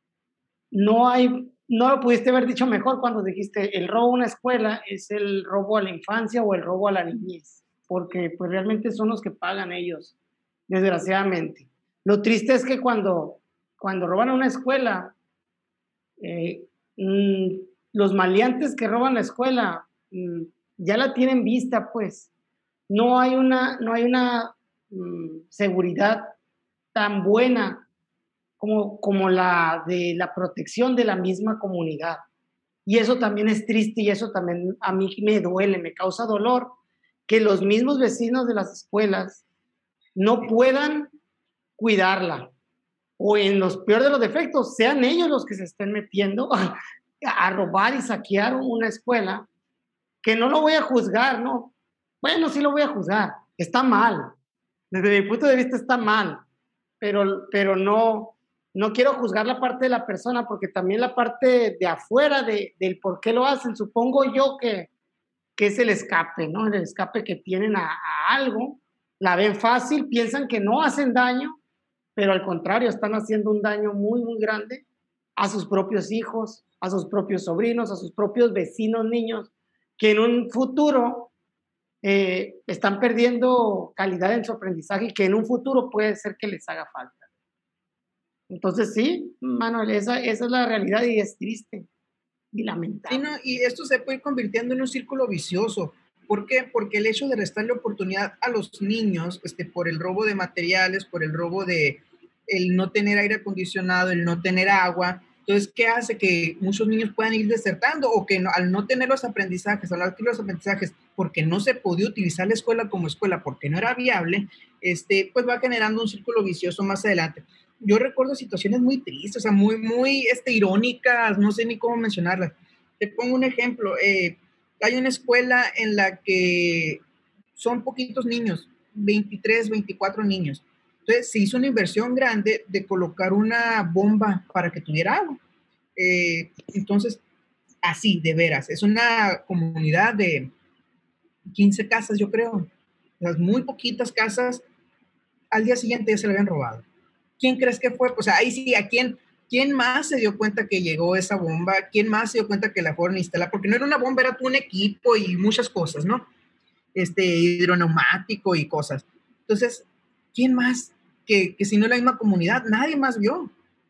no hay, no lo pudiste haber dicho mejor cuando dijiste el robo a una escuela es el robo a la infancia o el robo a la niñez, porque pues realmente son los que pagan ellos, desgraciadamente. Lo triste es que cuando, cuando roban a una escuela, eh, mmm, los maleantes que roban la escuela mmm, ya la tienen vista, pues. No hay una, no hay una mmm, seguridad tan buena como, como la de la protección de la misma comunidad. Y eso también es triste y eso también a mí me duele, me causa dolor que los mismos vecinos de las escuelas no puedan cuidarla o en los peores de los defectos sean ellos los que se estén metiendo a, a robar y saquear una escuela, que no lo voy a juzgar, ¿no? Bueno, sí lo voy a juzgar, está mal, desde mi punto de vista está mal, pero, pero no, no quiero juzgar la parte de la persona, porque también la parte de afuera de, del por qué lo hacen, supongo yo que, que es el escape, ¿no? El escape que tienen a, a algo, la ven fácil, piensan que no hacen daño, pero al contrario, están haciendo un daño muy, muy grande a sus propios hijos, a sus propios sobrinos, a sus propios vecinos niños, que en un futuro eh, están perdiendo calidad en su aprendizaje y que en un futuro puede ser que les haga falta. Entonces sí, Manuel, esa, esa es la realidad y es triste y lamentable.
Sí, no, y esto se puede ir convirtiendo en un círculo vicioso. ¿Por qué? Porque el hecho de restarle oportunidad a los niños, este, por el robo de materiales, por el robo de el no tener aire acondicionado, el no tener agua, entonces, ¿qué hace? Que muchos niños puedan ir desertando o que no, al no tener los aprendizajes, al no adquirir los aprendizajes, porque no se podía utilizar la escuela como escuela, porque no era viable, este, pues va generando un círculo vicioso más adelante. Yo recuerdo situaciones muy tristes, o sea, muy, muy este, irónicas, no sé ni cómo mencionarlas. Te pongo un ejemplo. Eh, hay una escuela en la que son poquitos niños, veintitrés, veinticuatro niños. Entonces se hizo una inversión grande de colocar una bomba para que tuviera agua. Eh, entonces, así, de veras, es una comunidad de quince casas, yo creo. Las muy poquitas casas, al día siguiente ya se le habían robado. ¿Quién crees que fue? Pues ahí sí, ¿a quién? ¿Quién más se dio cuenta que llegó esa bomba? ¿Quién más se dio cuenta que la fueron a instalar? Porque no era una bomba, era un equipo y muchas cosas, ¿no? Este, hidroneumático y cosas. Entonces, ¿quién más que, que si no la misma comunidad? Nadie más vio.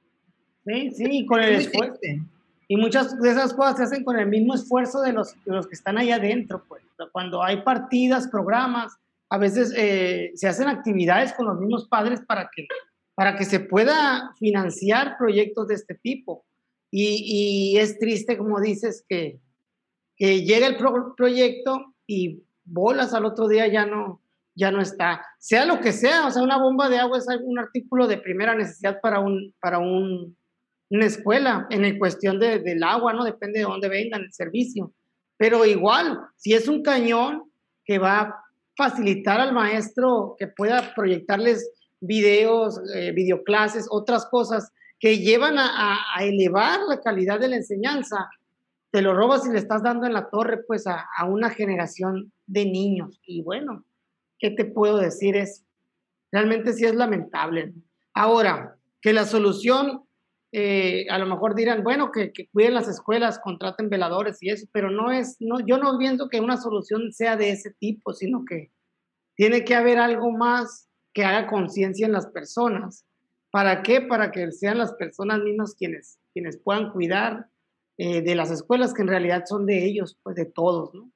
Sí, sí, y con el esfuerzo. Y muchas de esas cosas se hacen con el mismo esfuerzo de los, de los que están ahí adentro, pues. Cuando hay partidas, programas, a veces eh, se hacen actividades con los mismos padres para que, para que se pueda financiar proyectos de este tipo. Y, y es triste, como dices, que, que llega el pro proyecto y bolas al otro día ya no, ya no está. Sea lo que sea, o sea, una bomba de agua es un artículo de primera necesidad para un, para un, una escuela, en el cuestión de, del agua, ¿no? Depende de dónde vengan el servicio. Pero igual, si es un cañón que va a facilitar al maestro que pueda proyectarles videos, eh, videoclases, otras cosas que llevan a, a, a elevar la calidad de la enseñanza, te lo robas y le estás dando en la torre, pues, a, a una generación de niños. Y bueno, ¿qué te puedo decir? Es, realmente sí es lamentable. Ahora, que la solución, eh, a lo mejor dirán, bueno, que, que cuiden las escuelas, contraten veladores y eso, pero no es, no, yo no pienso que una solución sea de ese tipo, sino que tiene que haber algo más que haga conciencia en las personas. ¿Para qué? Para que sean las personas mismas quienes, quienes puedan cuidar eh, de las escuelas, que en realidad son de ellos, pues de todos, ¿no?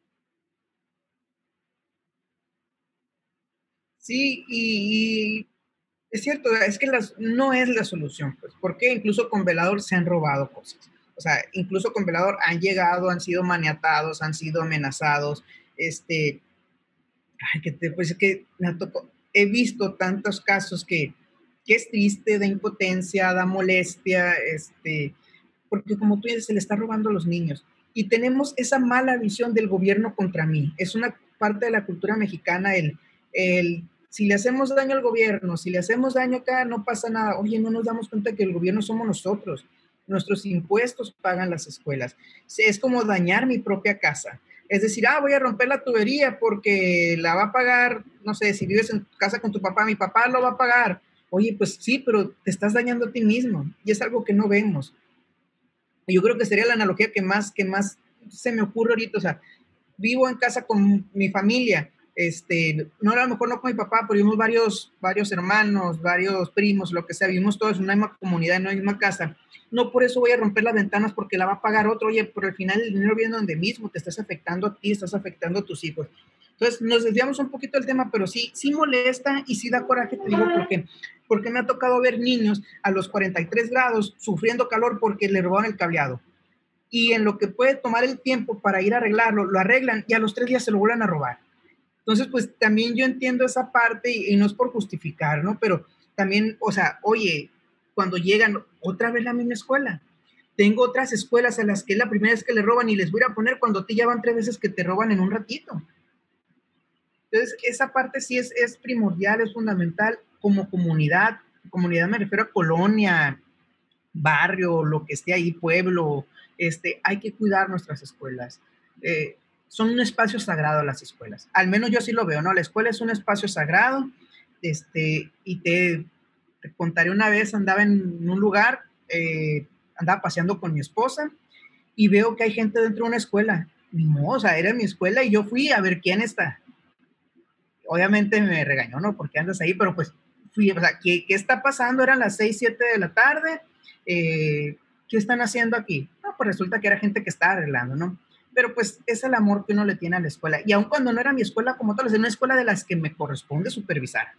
Sí, y, y es cierto, es que las, no es la solución, pues, porque incluso con velador se han robado cosas. O sea, incluso con velador han llegado, han sido maniatados, han sido amenazados. Este, ay, que te, pues es que me tocó, he visto tantos casos que, que es triste, da impotencia, da molestia, este, porque como tú dices, se le está robando a los niños. Y tenemos esa mala visión del gobierno contra mí. Es una parte de la cultura mexicana el, el si le hacemos daño al gobierno, si le hacemos daño acá, no pasa nada. Oye, no nos damos cuenta que el gobierno somos nosotros. Nuestros impuestos pagan las escuelas. Es como dañar mi propia casa. Es decir, ah, voy a romper la tubería porque la va a pagar, no sé, si vives en casa con tu papá, mi papá lo va a pagar. Oye, pues sí, pero te estás dañando a ti mismo y es algo que no vemos. Yo creo que sería la analogía que más, que más se me ocurre ahorita. O sea, vivo en casa con mi familia, este, no a lo mejor no con mi papá, pero vivimos varios, varios hermanos, varios primos, lo que sea, vivimos todos en una misma comunidad, en una misma casa. No por eso voy a romper las ventanas porque la va a pagar otro, oye, pero al final el dinero viene donde mismo, te estás afectando a ti, estás afectando a tus hijos. Entonces nos desviamos un poquito del tema, pero sí, sí molesta y sí da coraje, te digo, porque, porque me ha tocado ver niños a los cuarenta y tres grados sufriendo calor porque le robaron el cableado y en lo que puede tomar el tiempo para ir a arreglarlo, lo arreglan y a los tres días se lo vuelven a robar. Entonces, pues también yo entiendo esa parte y, y no es por justificar, ¿no? Pero también, o sea, oye, cuando llegan otra vez la misma escuela, tengo otras escuelas a las que es la primera vez que le roban y les voy a poner cuando te ya van tres veces que te roban en un ratito. Entonces, esa parte sí es, es primordial, es fundamental como comunidad. Comunidad me refiero a colonia, barrio, lo que esté ahí, pueblo, este, hay que cuidar nuestras escuelas. Eh, son un espacio sagrado las escuelas. Al menos yo así lo veo, ¿no? La escuela es un espacio sagrado, este, y te, te contaré una vez, andaba en un lugar, eh, andaba paseando con mi esposa y veo que hay gente dentro de una escuela. Ni modo, o sea, era mi escuela y yo fui a ver quién está. Obviamente me regañó, ¿no? ¿Por qué andas ahí? Pero pues fui, o sea, ¿qué, qué está pasando? Eran las seis, siete de la tarde. Eh, ¿Qué están haciendo aquí? No, pues resulta que era gente que estaba arreglando, ¿no? Pero pues es el amor que uno le tiene a la escuela. Y aun cuando no era mi escuela como tal, es una escuela de las que me corresponde supervisar.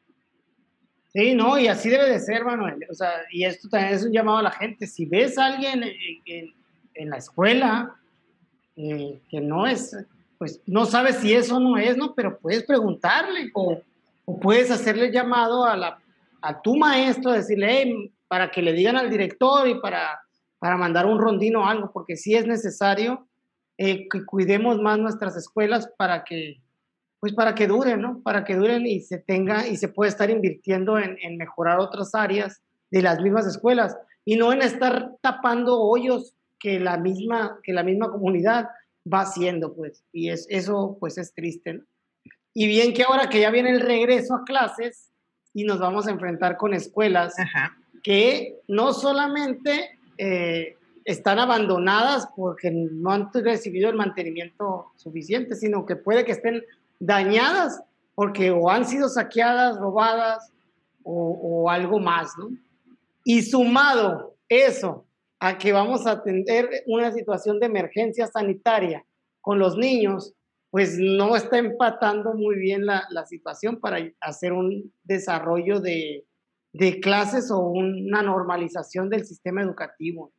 Sí, no, y así debe de ser, Manuel. O sea, y esto también es un llamado a la gente. Si ves a alguien en, en, en la escuela eh, que no es, pues no sabes si eso no es, ¿no? Pero puedes preguntarle o, o puedes hacerle llamado a, la, a tu maestro, decirle, hey, para que le digan al director y para, para mandar un rondino o algo, porque sí es necesario eh, que cuidemos más nuestras escuelas para que pues para que duren, ¿no? Para que duren y se tenga y se puede estar invirtiendo en, en mejorar otras áreas de las mismas escuelas y no en estar tapando hoyos que la misma, que la misma comunidad va haciendo, pues, y es, eso pues es triste, ¿no? Y bien que ahora que ya viene el regreso a clases y nos vamos a enfrentar con escuelas
Ajá.
que no solamente eh, están abandonadas porque no han recibido el mantenimiento suficiente, sino que puede que estén dañadas porque o han sido saqueadas, robadas o, o algo más, ¿no? Y sumado eso a que vamos a atender una situación de emergencia sanitaria con los niños, pues no está empatando muy bien la, la situación para hacer un desarrollo de, de clases o una normalización del sistema educativo.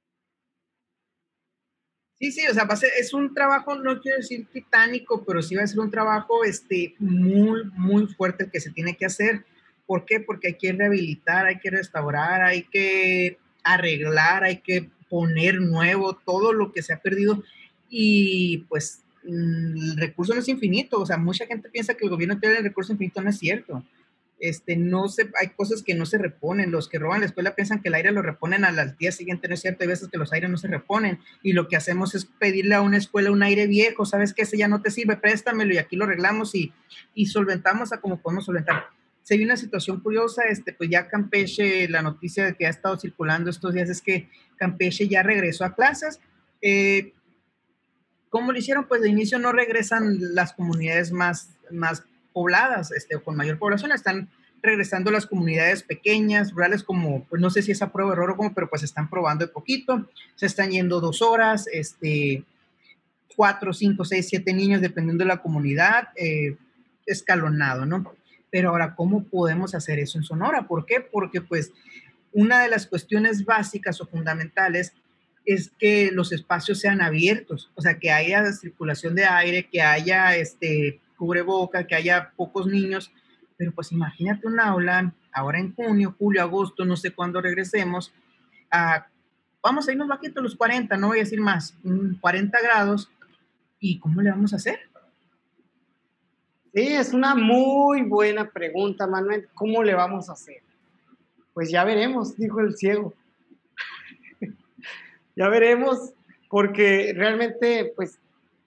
Sí, sí, o sea, va a ser, es un trabajo, no quiero decir titánico, pero sí va a ser un trabajo este, muy, muy fuerte el que se tiene que hacer. ¿Por qué? Porque hay que rehabilitar, hay que restaurar, hay que arreglar, hay que poner nuevo todo lo que se ha perdido. Y pues mm, el recurso no es infinito, o sea, mucha gente piensa que el gobierno tiene el recurso infinito, no es cierto. Este, no se, hay cosas que no se reponen. Los que roban la escuela piensan que el aire lo reponen al día siguiente, no es cierto. Hay veces que los aires no se reponen y lo que hacemos es pedirle a una escuela un aire viejo, ¿sabes qué? Ese ya no te sirve, préstamelo y aquí lo arreglamos y, y solventamos a como podemos solventar. Se vio una situación curiosa, este, pues ya Campeche, la noticia de que ha estado circulando estos días es que Campeche ya regresó a clases. Eh, ¿Cómo lo hicieron? Pues de inicio no regresan las comunidades más, más pobladas, este, o con mayor población, están regresando las comunidades pequeñas, rurales, como, pues no sé si es a prueba de error o cómo, pero pues están probando de poquito, se están yendo dos horas, este, cuatro, cinco, seis, siete niños, dependiendo de la comunidad, eh, escalonado, ¿no? Pero ahora, ¿cómo podemos hacer eso en Sonora? ¿Por qué? Porque pues una de las cuestiones básicas o fundamentales es que los espacios sean abiertos, o sea, que haya circulación de aire, que haya este cubreboca, que haya pocos niños, pero pues imagínate un aula ahora en junio, julio, agosto, no sé cuándo regresemos, a, vamos a irnos bajito a los cuarenta, no voy a decir más, cuarenta grados, ¿y cómo le vamos a hacer?
Sí, es una muy buena pregunta, Manuel. ¿Cómo le vamos a hacer? Pues ya veremos, dijo el ciego. Ya veremos, porque realmente, pues,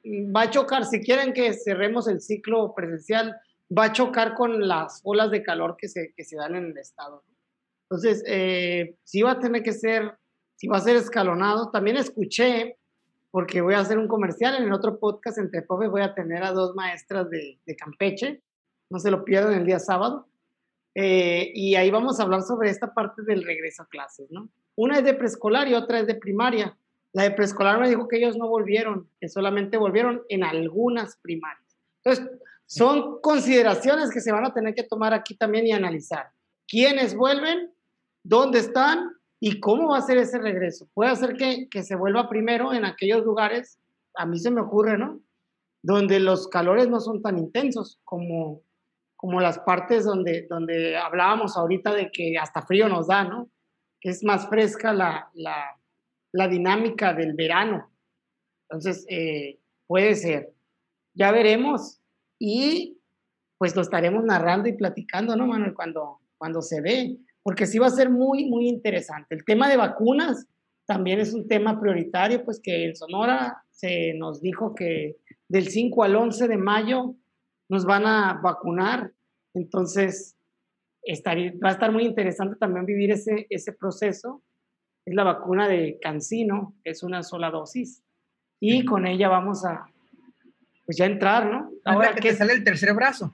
va a chocar, si quieren que cerremos el ciclo presencial, va a chocar con las olas de calor que se, que se dan en el estado. Entonces, eh, sí va a tener que ser, sí va a ser escalonado. También escuché, porque voy a hacer un comercial en el otro podcast, entre pobres voy a tener a dos maestras de, de Campeche, no se lo pierdan el día sábado, eh, y ahí vamos a hablar sobre esta parte del regreso a clases, ¿no? Una es de preescolar y otra es de primaria. La de preescolar me dijo que ellos no volvieron, que solamente volvieron en algunas primarias. Entonces, son consideraciones que se van a tener que tomar aquí también y analizar. ¿Quiénes vuelven? ¿Dónde están? ¿Y cómo va a ser ese regreso? Puede ser que, que se vuelva primero en aquellos lugares, a mí se me ocurre, ¿no? Donde los calores no son tan intensos como, como las partes donde, donde hablábamos ahorita de que hasta frío nos da, ¿no? Que es más fresca la, la, la dinámica del verano. Entonces, eh, puede ser. Ya veremos y pues lo estaremos narrando y platicando, ¿no, Manuel? Cuando, cuando se ve, porque sí va a ser muy, muy interesante. El tema de vacunas también es un tema prioritario, pues que en Sonora se nos dijo que del cinco al once de mayo nos van a vacunar, entonces estaría, va a estar muy interesante también vivir ese, ese proceso. Es la vacuna de CanSino, que es una sola dosis, y con ella vamos a, pues ya entrar, ¿no?
Ahora que te sale el tercer brazo.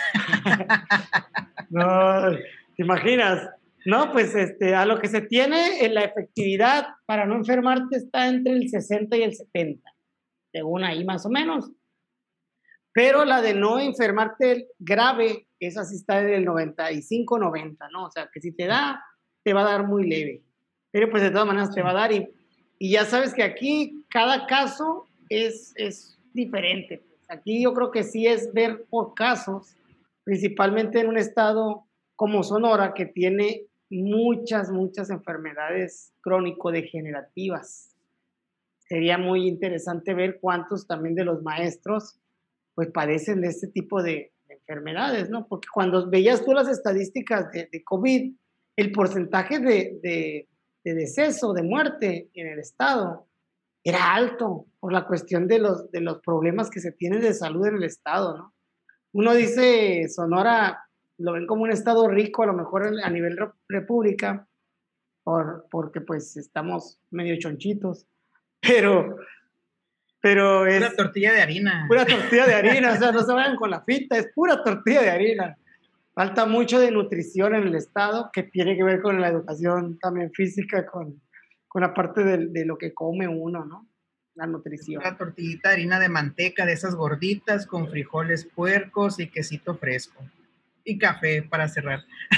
No, ¿te imaginas? No, pues este, a lo que se tiene en la efectividad para no enfermarte está entre el sesenta y el setenta, según ahí más o menos. Pero la de no enfermarte grave, esa sí está en el noventa y cinco, noventa, ¿no? O sea, que si te da, te va a dar muy leve. Pero pues de todas maneras te va a dar y, y ya sabes que aquí cada caso es, es diferente. Aquí yo creo que sí es ver por casos, principalmente en un estado como Sonora, que tiene muchas, muchas enfermedades crónico-degenerativas. Sería muy interesante ver cuántos también de los maestros pues padecen de este tipo de, de enfermedades, ¿no? Porque cuando veías tú las estadísticas de, de COVID, el porcentaje de, de, de deceso, de muerte en el estado, era alto por la cuestión de los, de los problemas que se tienen de salud en el estado, ¿no? Uno dice, Sonora lo ven como un estado rico, a lo mejor a nivel república, por, porque pues estamos medio chonchitos, pero, pero es...
Pura tortilla de harina.
Pura tortilla de harina, o sea, no se vayan con la finta, es pura tortilla de harina. Falta mucho de nutrición en el estado, que tiene que ver con la educación también física, con, con la parte de, de lo que come uno, ¿no? La nutrición.
Una tortillita de harina de manteca, de esas gorditas, con frijoles puercos y quesito fresco. Y café para cerrar.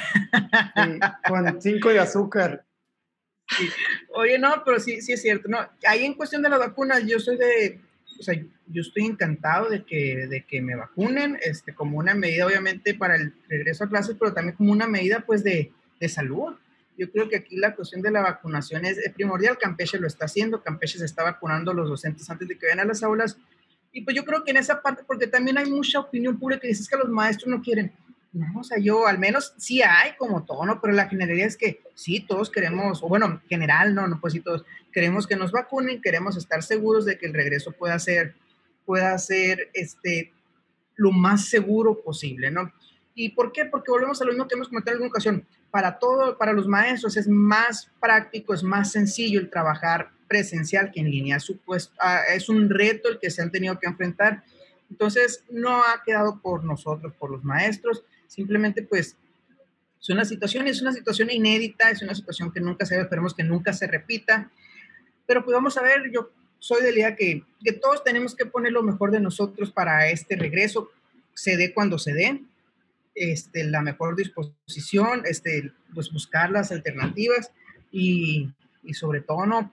Sí, con cinco de azúcar.
Sí. Oye, no, pero sí, sí es cierto. No, ahí en cuestión de las vacunas, yo soy de, o sea, yo estoy encantado de que, de que me vacunen, este, como una medida, obviamente, para el regreso a clases, pero también como una medida, pues, de, de salud. Yo creo que aquí la cuestión de la vacunación es, es primordial. Campeche lo está haciendo, Campeche se está vacunando a los docentes antes de que vayan a las aulas. Y pues yo creo que en esa parte, porque también hay mucha opinión pública que dice que los maestros no quieren. No, o sea, yo al menos sí hay como todo, ¿no? Pero la generalidad es que sí, todos queremos, o bueno, en general, no, no pues sí todos, queremos que nos vacunen, queremos estar seguros de que el regreso pueda ser, pueda ser este, lo más seguro posible, ¿no? ¿Y por qué? Porque volvemos a lo mismo que hemos comentado en alguna ocasión. Para todo, para los maestros es más práctico, es más sencillo el trabajar presencial que en línea. Pues, es un reto el que se han tenido que enfrentar. Entonces, no ha quedado por nosotros, por los maestros. Simplemente, pues, es una situación, es una situación inédita, es una situación que nunca se ve, esperemos que nunca se repita. Pero pues vamos a ver, yo soy de la idea que, que todos tenemos que poner lo mejor de nosotros para este regreso, se dé cuando se dé, este, la mejor disposición, este, pues buscar las alternativas y, y sobre todo no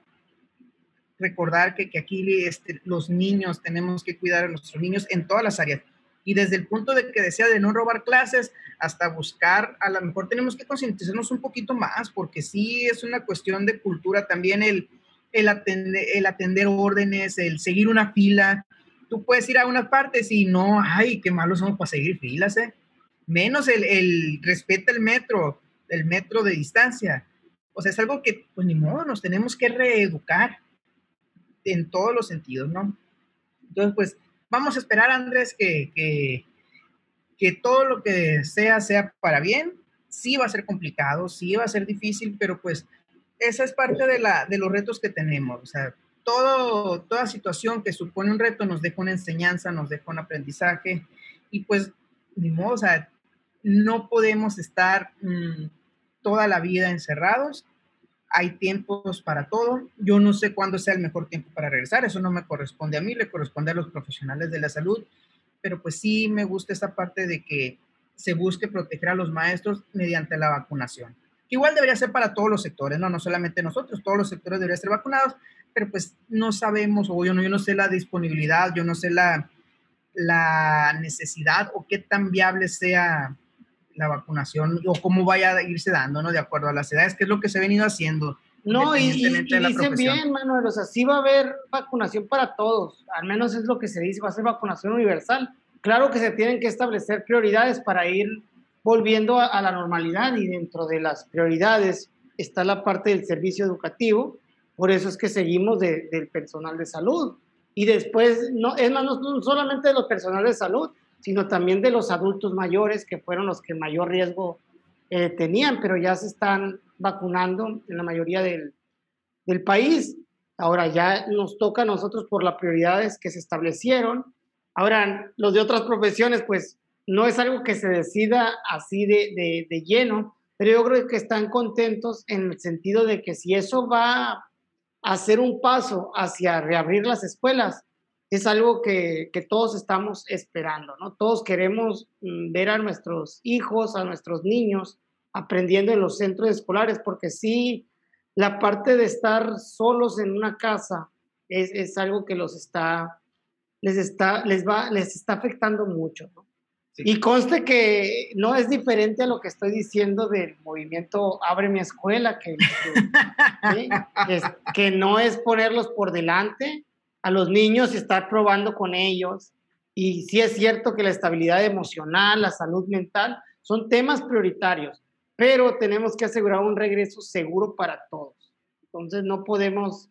recordar que, que aquí este, los niños tenemos que cuidar a nuestros niños en todas las áreas. Y desde el punto de que desea de no robar clases hasta buscar, a lo mejor tenemos que concientizarnos un poquito más, porque sí es una cuestión de cultura también el, el, atender, el atender órdenes, el seguir una fila. Tú puedes ir a unas partes y no, ay, qué malos somos para seguir filas, ¿eh? Menos el, el respeta el metro, el metro de distancia. O sea, es algo que, pues ni modo, nos tenemos que reeducar en todos los sentidos, ¿no? Entonces, pues vamos a esperar, Andrés, que, que, que todo lo que sea, sea para bien. Sí va a ser complicado, sí va a ser difícil, pero pues esa es parte de, la, de los retos que tenemos. O sea, todo, toda situación que supone un reto nos deja una enseñanza, nos deja un aprendizaje y pues, ni modo, o sea, no podemos estar mmm, toda la vida encerrados. Hay tiempos para todo. Yo no sé cuándo sea el mejor tiempo para regresar. Eso no me corresponde a mí, le corresponde a los profesionales de la salud. Pero pues sí me gusta esa parte de que se busque proteger a los maestros mediante la vacunación. Igual debería ser para todos los sectores, no, no solamente nosotros, todos los sectores deberían ser vacunados, pero pues no sabemos, o yo no, yo no sé la disponibilidad, yo no sé la, la necesidad o qué tan viable sea la vacunación o cómo vaya a irse dando, ¿no? De acuerdo a las edades, que es lo que se ha venido haciendo,
No, y, y,
independientemente
y
de la
dicen
profesión.
bien, Manuel, o sea, sí va a haber vacunación para todos, al menos es lo que se dice, va a ser vacunación universal. Claro que se tienen que establecer prioridades para ir volviendo a, a la normalidad y dentro de las prioridades está la parte del servicio educativo, por eso es que seguimos de, del personal de salud. Y después, no, es más, no solamente de los personal de salud, sino también de los adultos mayores, que fueron los que mayor riesgo eh, tenían, pero ya se están vacunando en la mayoría del, del país. Ahora ya nos toca a nosotros por las prioridades que se establecieron. Ahora, los de otras profesiones, pues no es algo que se decida así de, de, de lleno, pero yo creo que están contentos en el sentido de que si eso va a hacer un paso hacia reabrir las escuelas, es algo que, que todos estamos esperando, ¿no? Todos queremos mm, ver a nuestros hijos, a nuestros niños aprendiendo en los centros escolares, porque sí, la parte de estar solos en una casa es, es algo que los está, les está, les va, les está afectando mucho, ¿no? Sí. Y conste que no es diferente a lo que estoy diciendo del movimiento Abre mi escuela, que, que, ¿sí? que, es, que no es ponerlos por delante a los niños y estar probando con ellos. Y sí es cierto que la estabilidad emocional, la salud mental, son temas prioritarios, pero tenemos que asegurar un regreso seguro para todos. Entonces no podemos,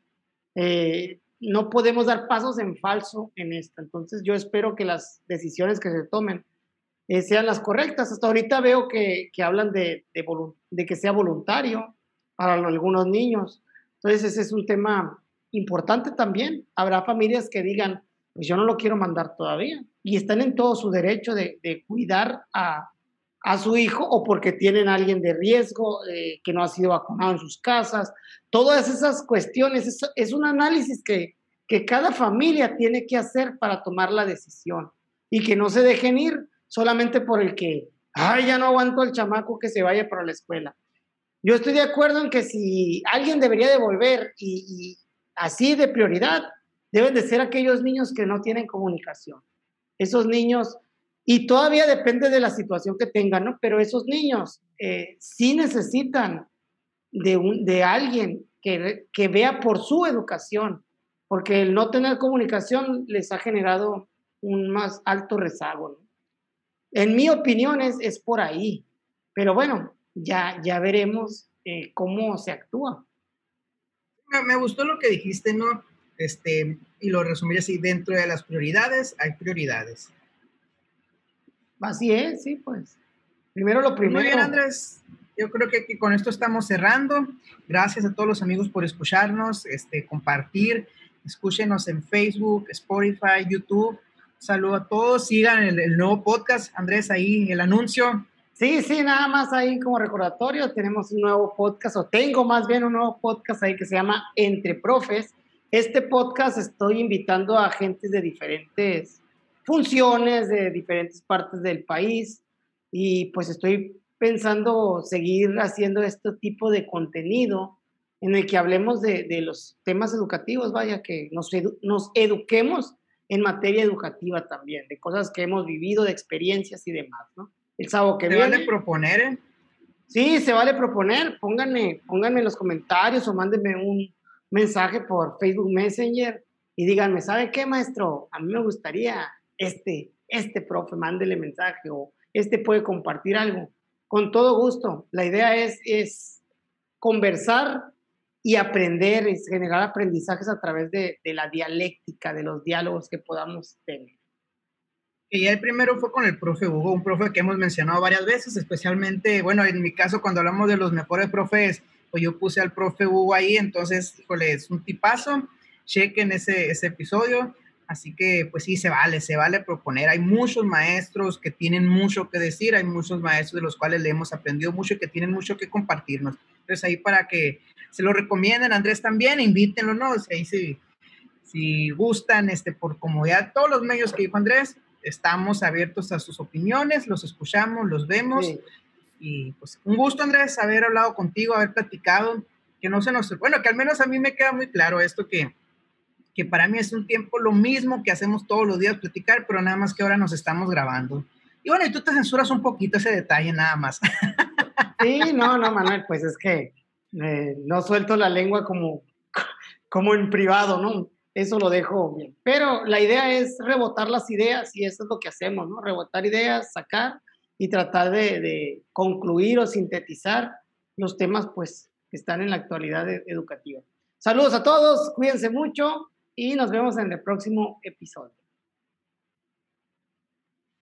eh, no podemos dar pasos en falso en esto. Entonces yo espero que las decisiones que se tomen eh, sean las correctas. Hasta ahorita veo que, que hablan de, de, de que sea voluntario para algunos niños. Entonces ese es un tema importante también. Habrá familias que digan, pues yo no lo quiero mandar todavía. Y están en todo su derecho de, de cuidar a, a su hijo o porque tienen a alguien de riesgo eh, que no ha sido vacunado en sus casas. Todas esas cuestiones, es, es un análisis que, que cada familia tiene que hacer para tomar la decisión y que no se dejen ir solamente por el que, ay, ya no aguanto al chamaco que se vaya para la escuela. Yo estoy de acuerdo en que si alguien debería de volver y, y así de prioridad, deben de ser aquellos niños que no tienen comunicación. Esos niños, y todavía depende de la situación que tengan, ¿no? Pero esos niños eh, sí necesitan de, un, de alguien que, que vea por su educación, porque el no tener comunicación les ha generado un más alto rezago, ¿no? En mi opinión es, es por ahí, pero bueno, ya, ya veremos eh, cómo se actúa.
Me, me gustó lo que dijiste, ¿no? Este, y lo resumiría así, dentro de las prioridades hay prioridades.
Así es, sí, pues. Primero lo primero.
Muy bien, Andrés. Yo creo que, que con esto estamos cerrando. Gracias a todos los amigos por escucharnos, este, compartir. Escúchenos en Facebook, Spotify, YouTube. Saludo a todos. Sigan el, el nuevo podcast. Andrés, ahí el anuncio.
Sí, sí, nada más ahí como recordatorio. Tenemos un nuevo podcast, o tengo más bien un nuevo podcast ahí que se llama Entre Profes. Este podcast estoy invitando a agentes de diferentes funciones, de diferentes partes del país. Y pues estoy pensando seguir haciendo este tipo de contenido en el que hablemos de, de los temas educativos, vaya, que nos, edu nos eduquemos en materia educativa también, de cosas que hemos vivido, de experiencias y demás, ¿no? El sábado que
¿Se
viene.
vale proponer? ¿eh?
Sí, se vale proponer. Pónganme, pónganme en los comentarios o mándenme un mensaje por Facebook Messenger y díganme, ¿sabe qué, maestro? A mí me gustaría este, este profe, mándele mensaje o este puede compartir algo. Con todo gusto. La idea es, es conversar y aprender, y generar aprendizajes a través de, de la dialéctica, de los diálogos que podamos tener.
Y el primero fue con el profe Hugo, un profe que hemos mencionado varias veces, especialmente, bueno, en mi caso, cuando hablamos de los mejores profes, pues yo puse al profe Hugo ahí, entonces, híjole, es un tipazo, chequen ese, ese episodio, así que, pues sí, se vale, se vale proponer. Hay muchos maestros que tienen mucho que decir, hay muchos maestros de los cuales le hemos aprendido mucho y que tienen mucho que compartirnos. Entonces, ahí para que se lo recomienden, Andrés también, invítenlo, ¿no? O sea, ahí sí, si gustan, este, por comodidad, todos los medios que dijo Andrés, estamos abiertos a sus opiniones, los escuchamos, los vemos. Sí. Y pues un gusto, Andrés, haber hablado contigo, haber platicado, que no se nos, bueno, que al menos a mí me queda muy claro esto, que, que para mí es un tiempo lo mismo que hacemos todos los días, platicar, pero nada más que ahora nos estamos grabando. Y bueno, y tú te censuras un poquito ese detalle nada más.
Sí, no, no, Manuel, pues es que eh, no suelto la lengua como, como en privado, ¿no? Eso lo dejo bien. Pero la idea es rebotar las ideas y eso es lo que hacemos, ¿no? Rebotar ideas, sacar y tratar de, de concluir o sintetizar los temas, pues, que están en la actualidad educativa. Saludos a todos, cuídense mucho y nos vemos en el próximo episodio.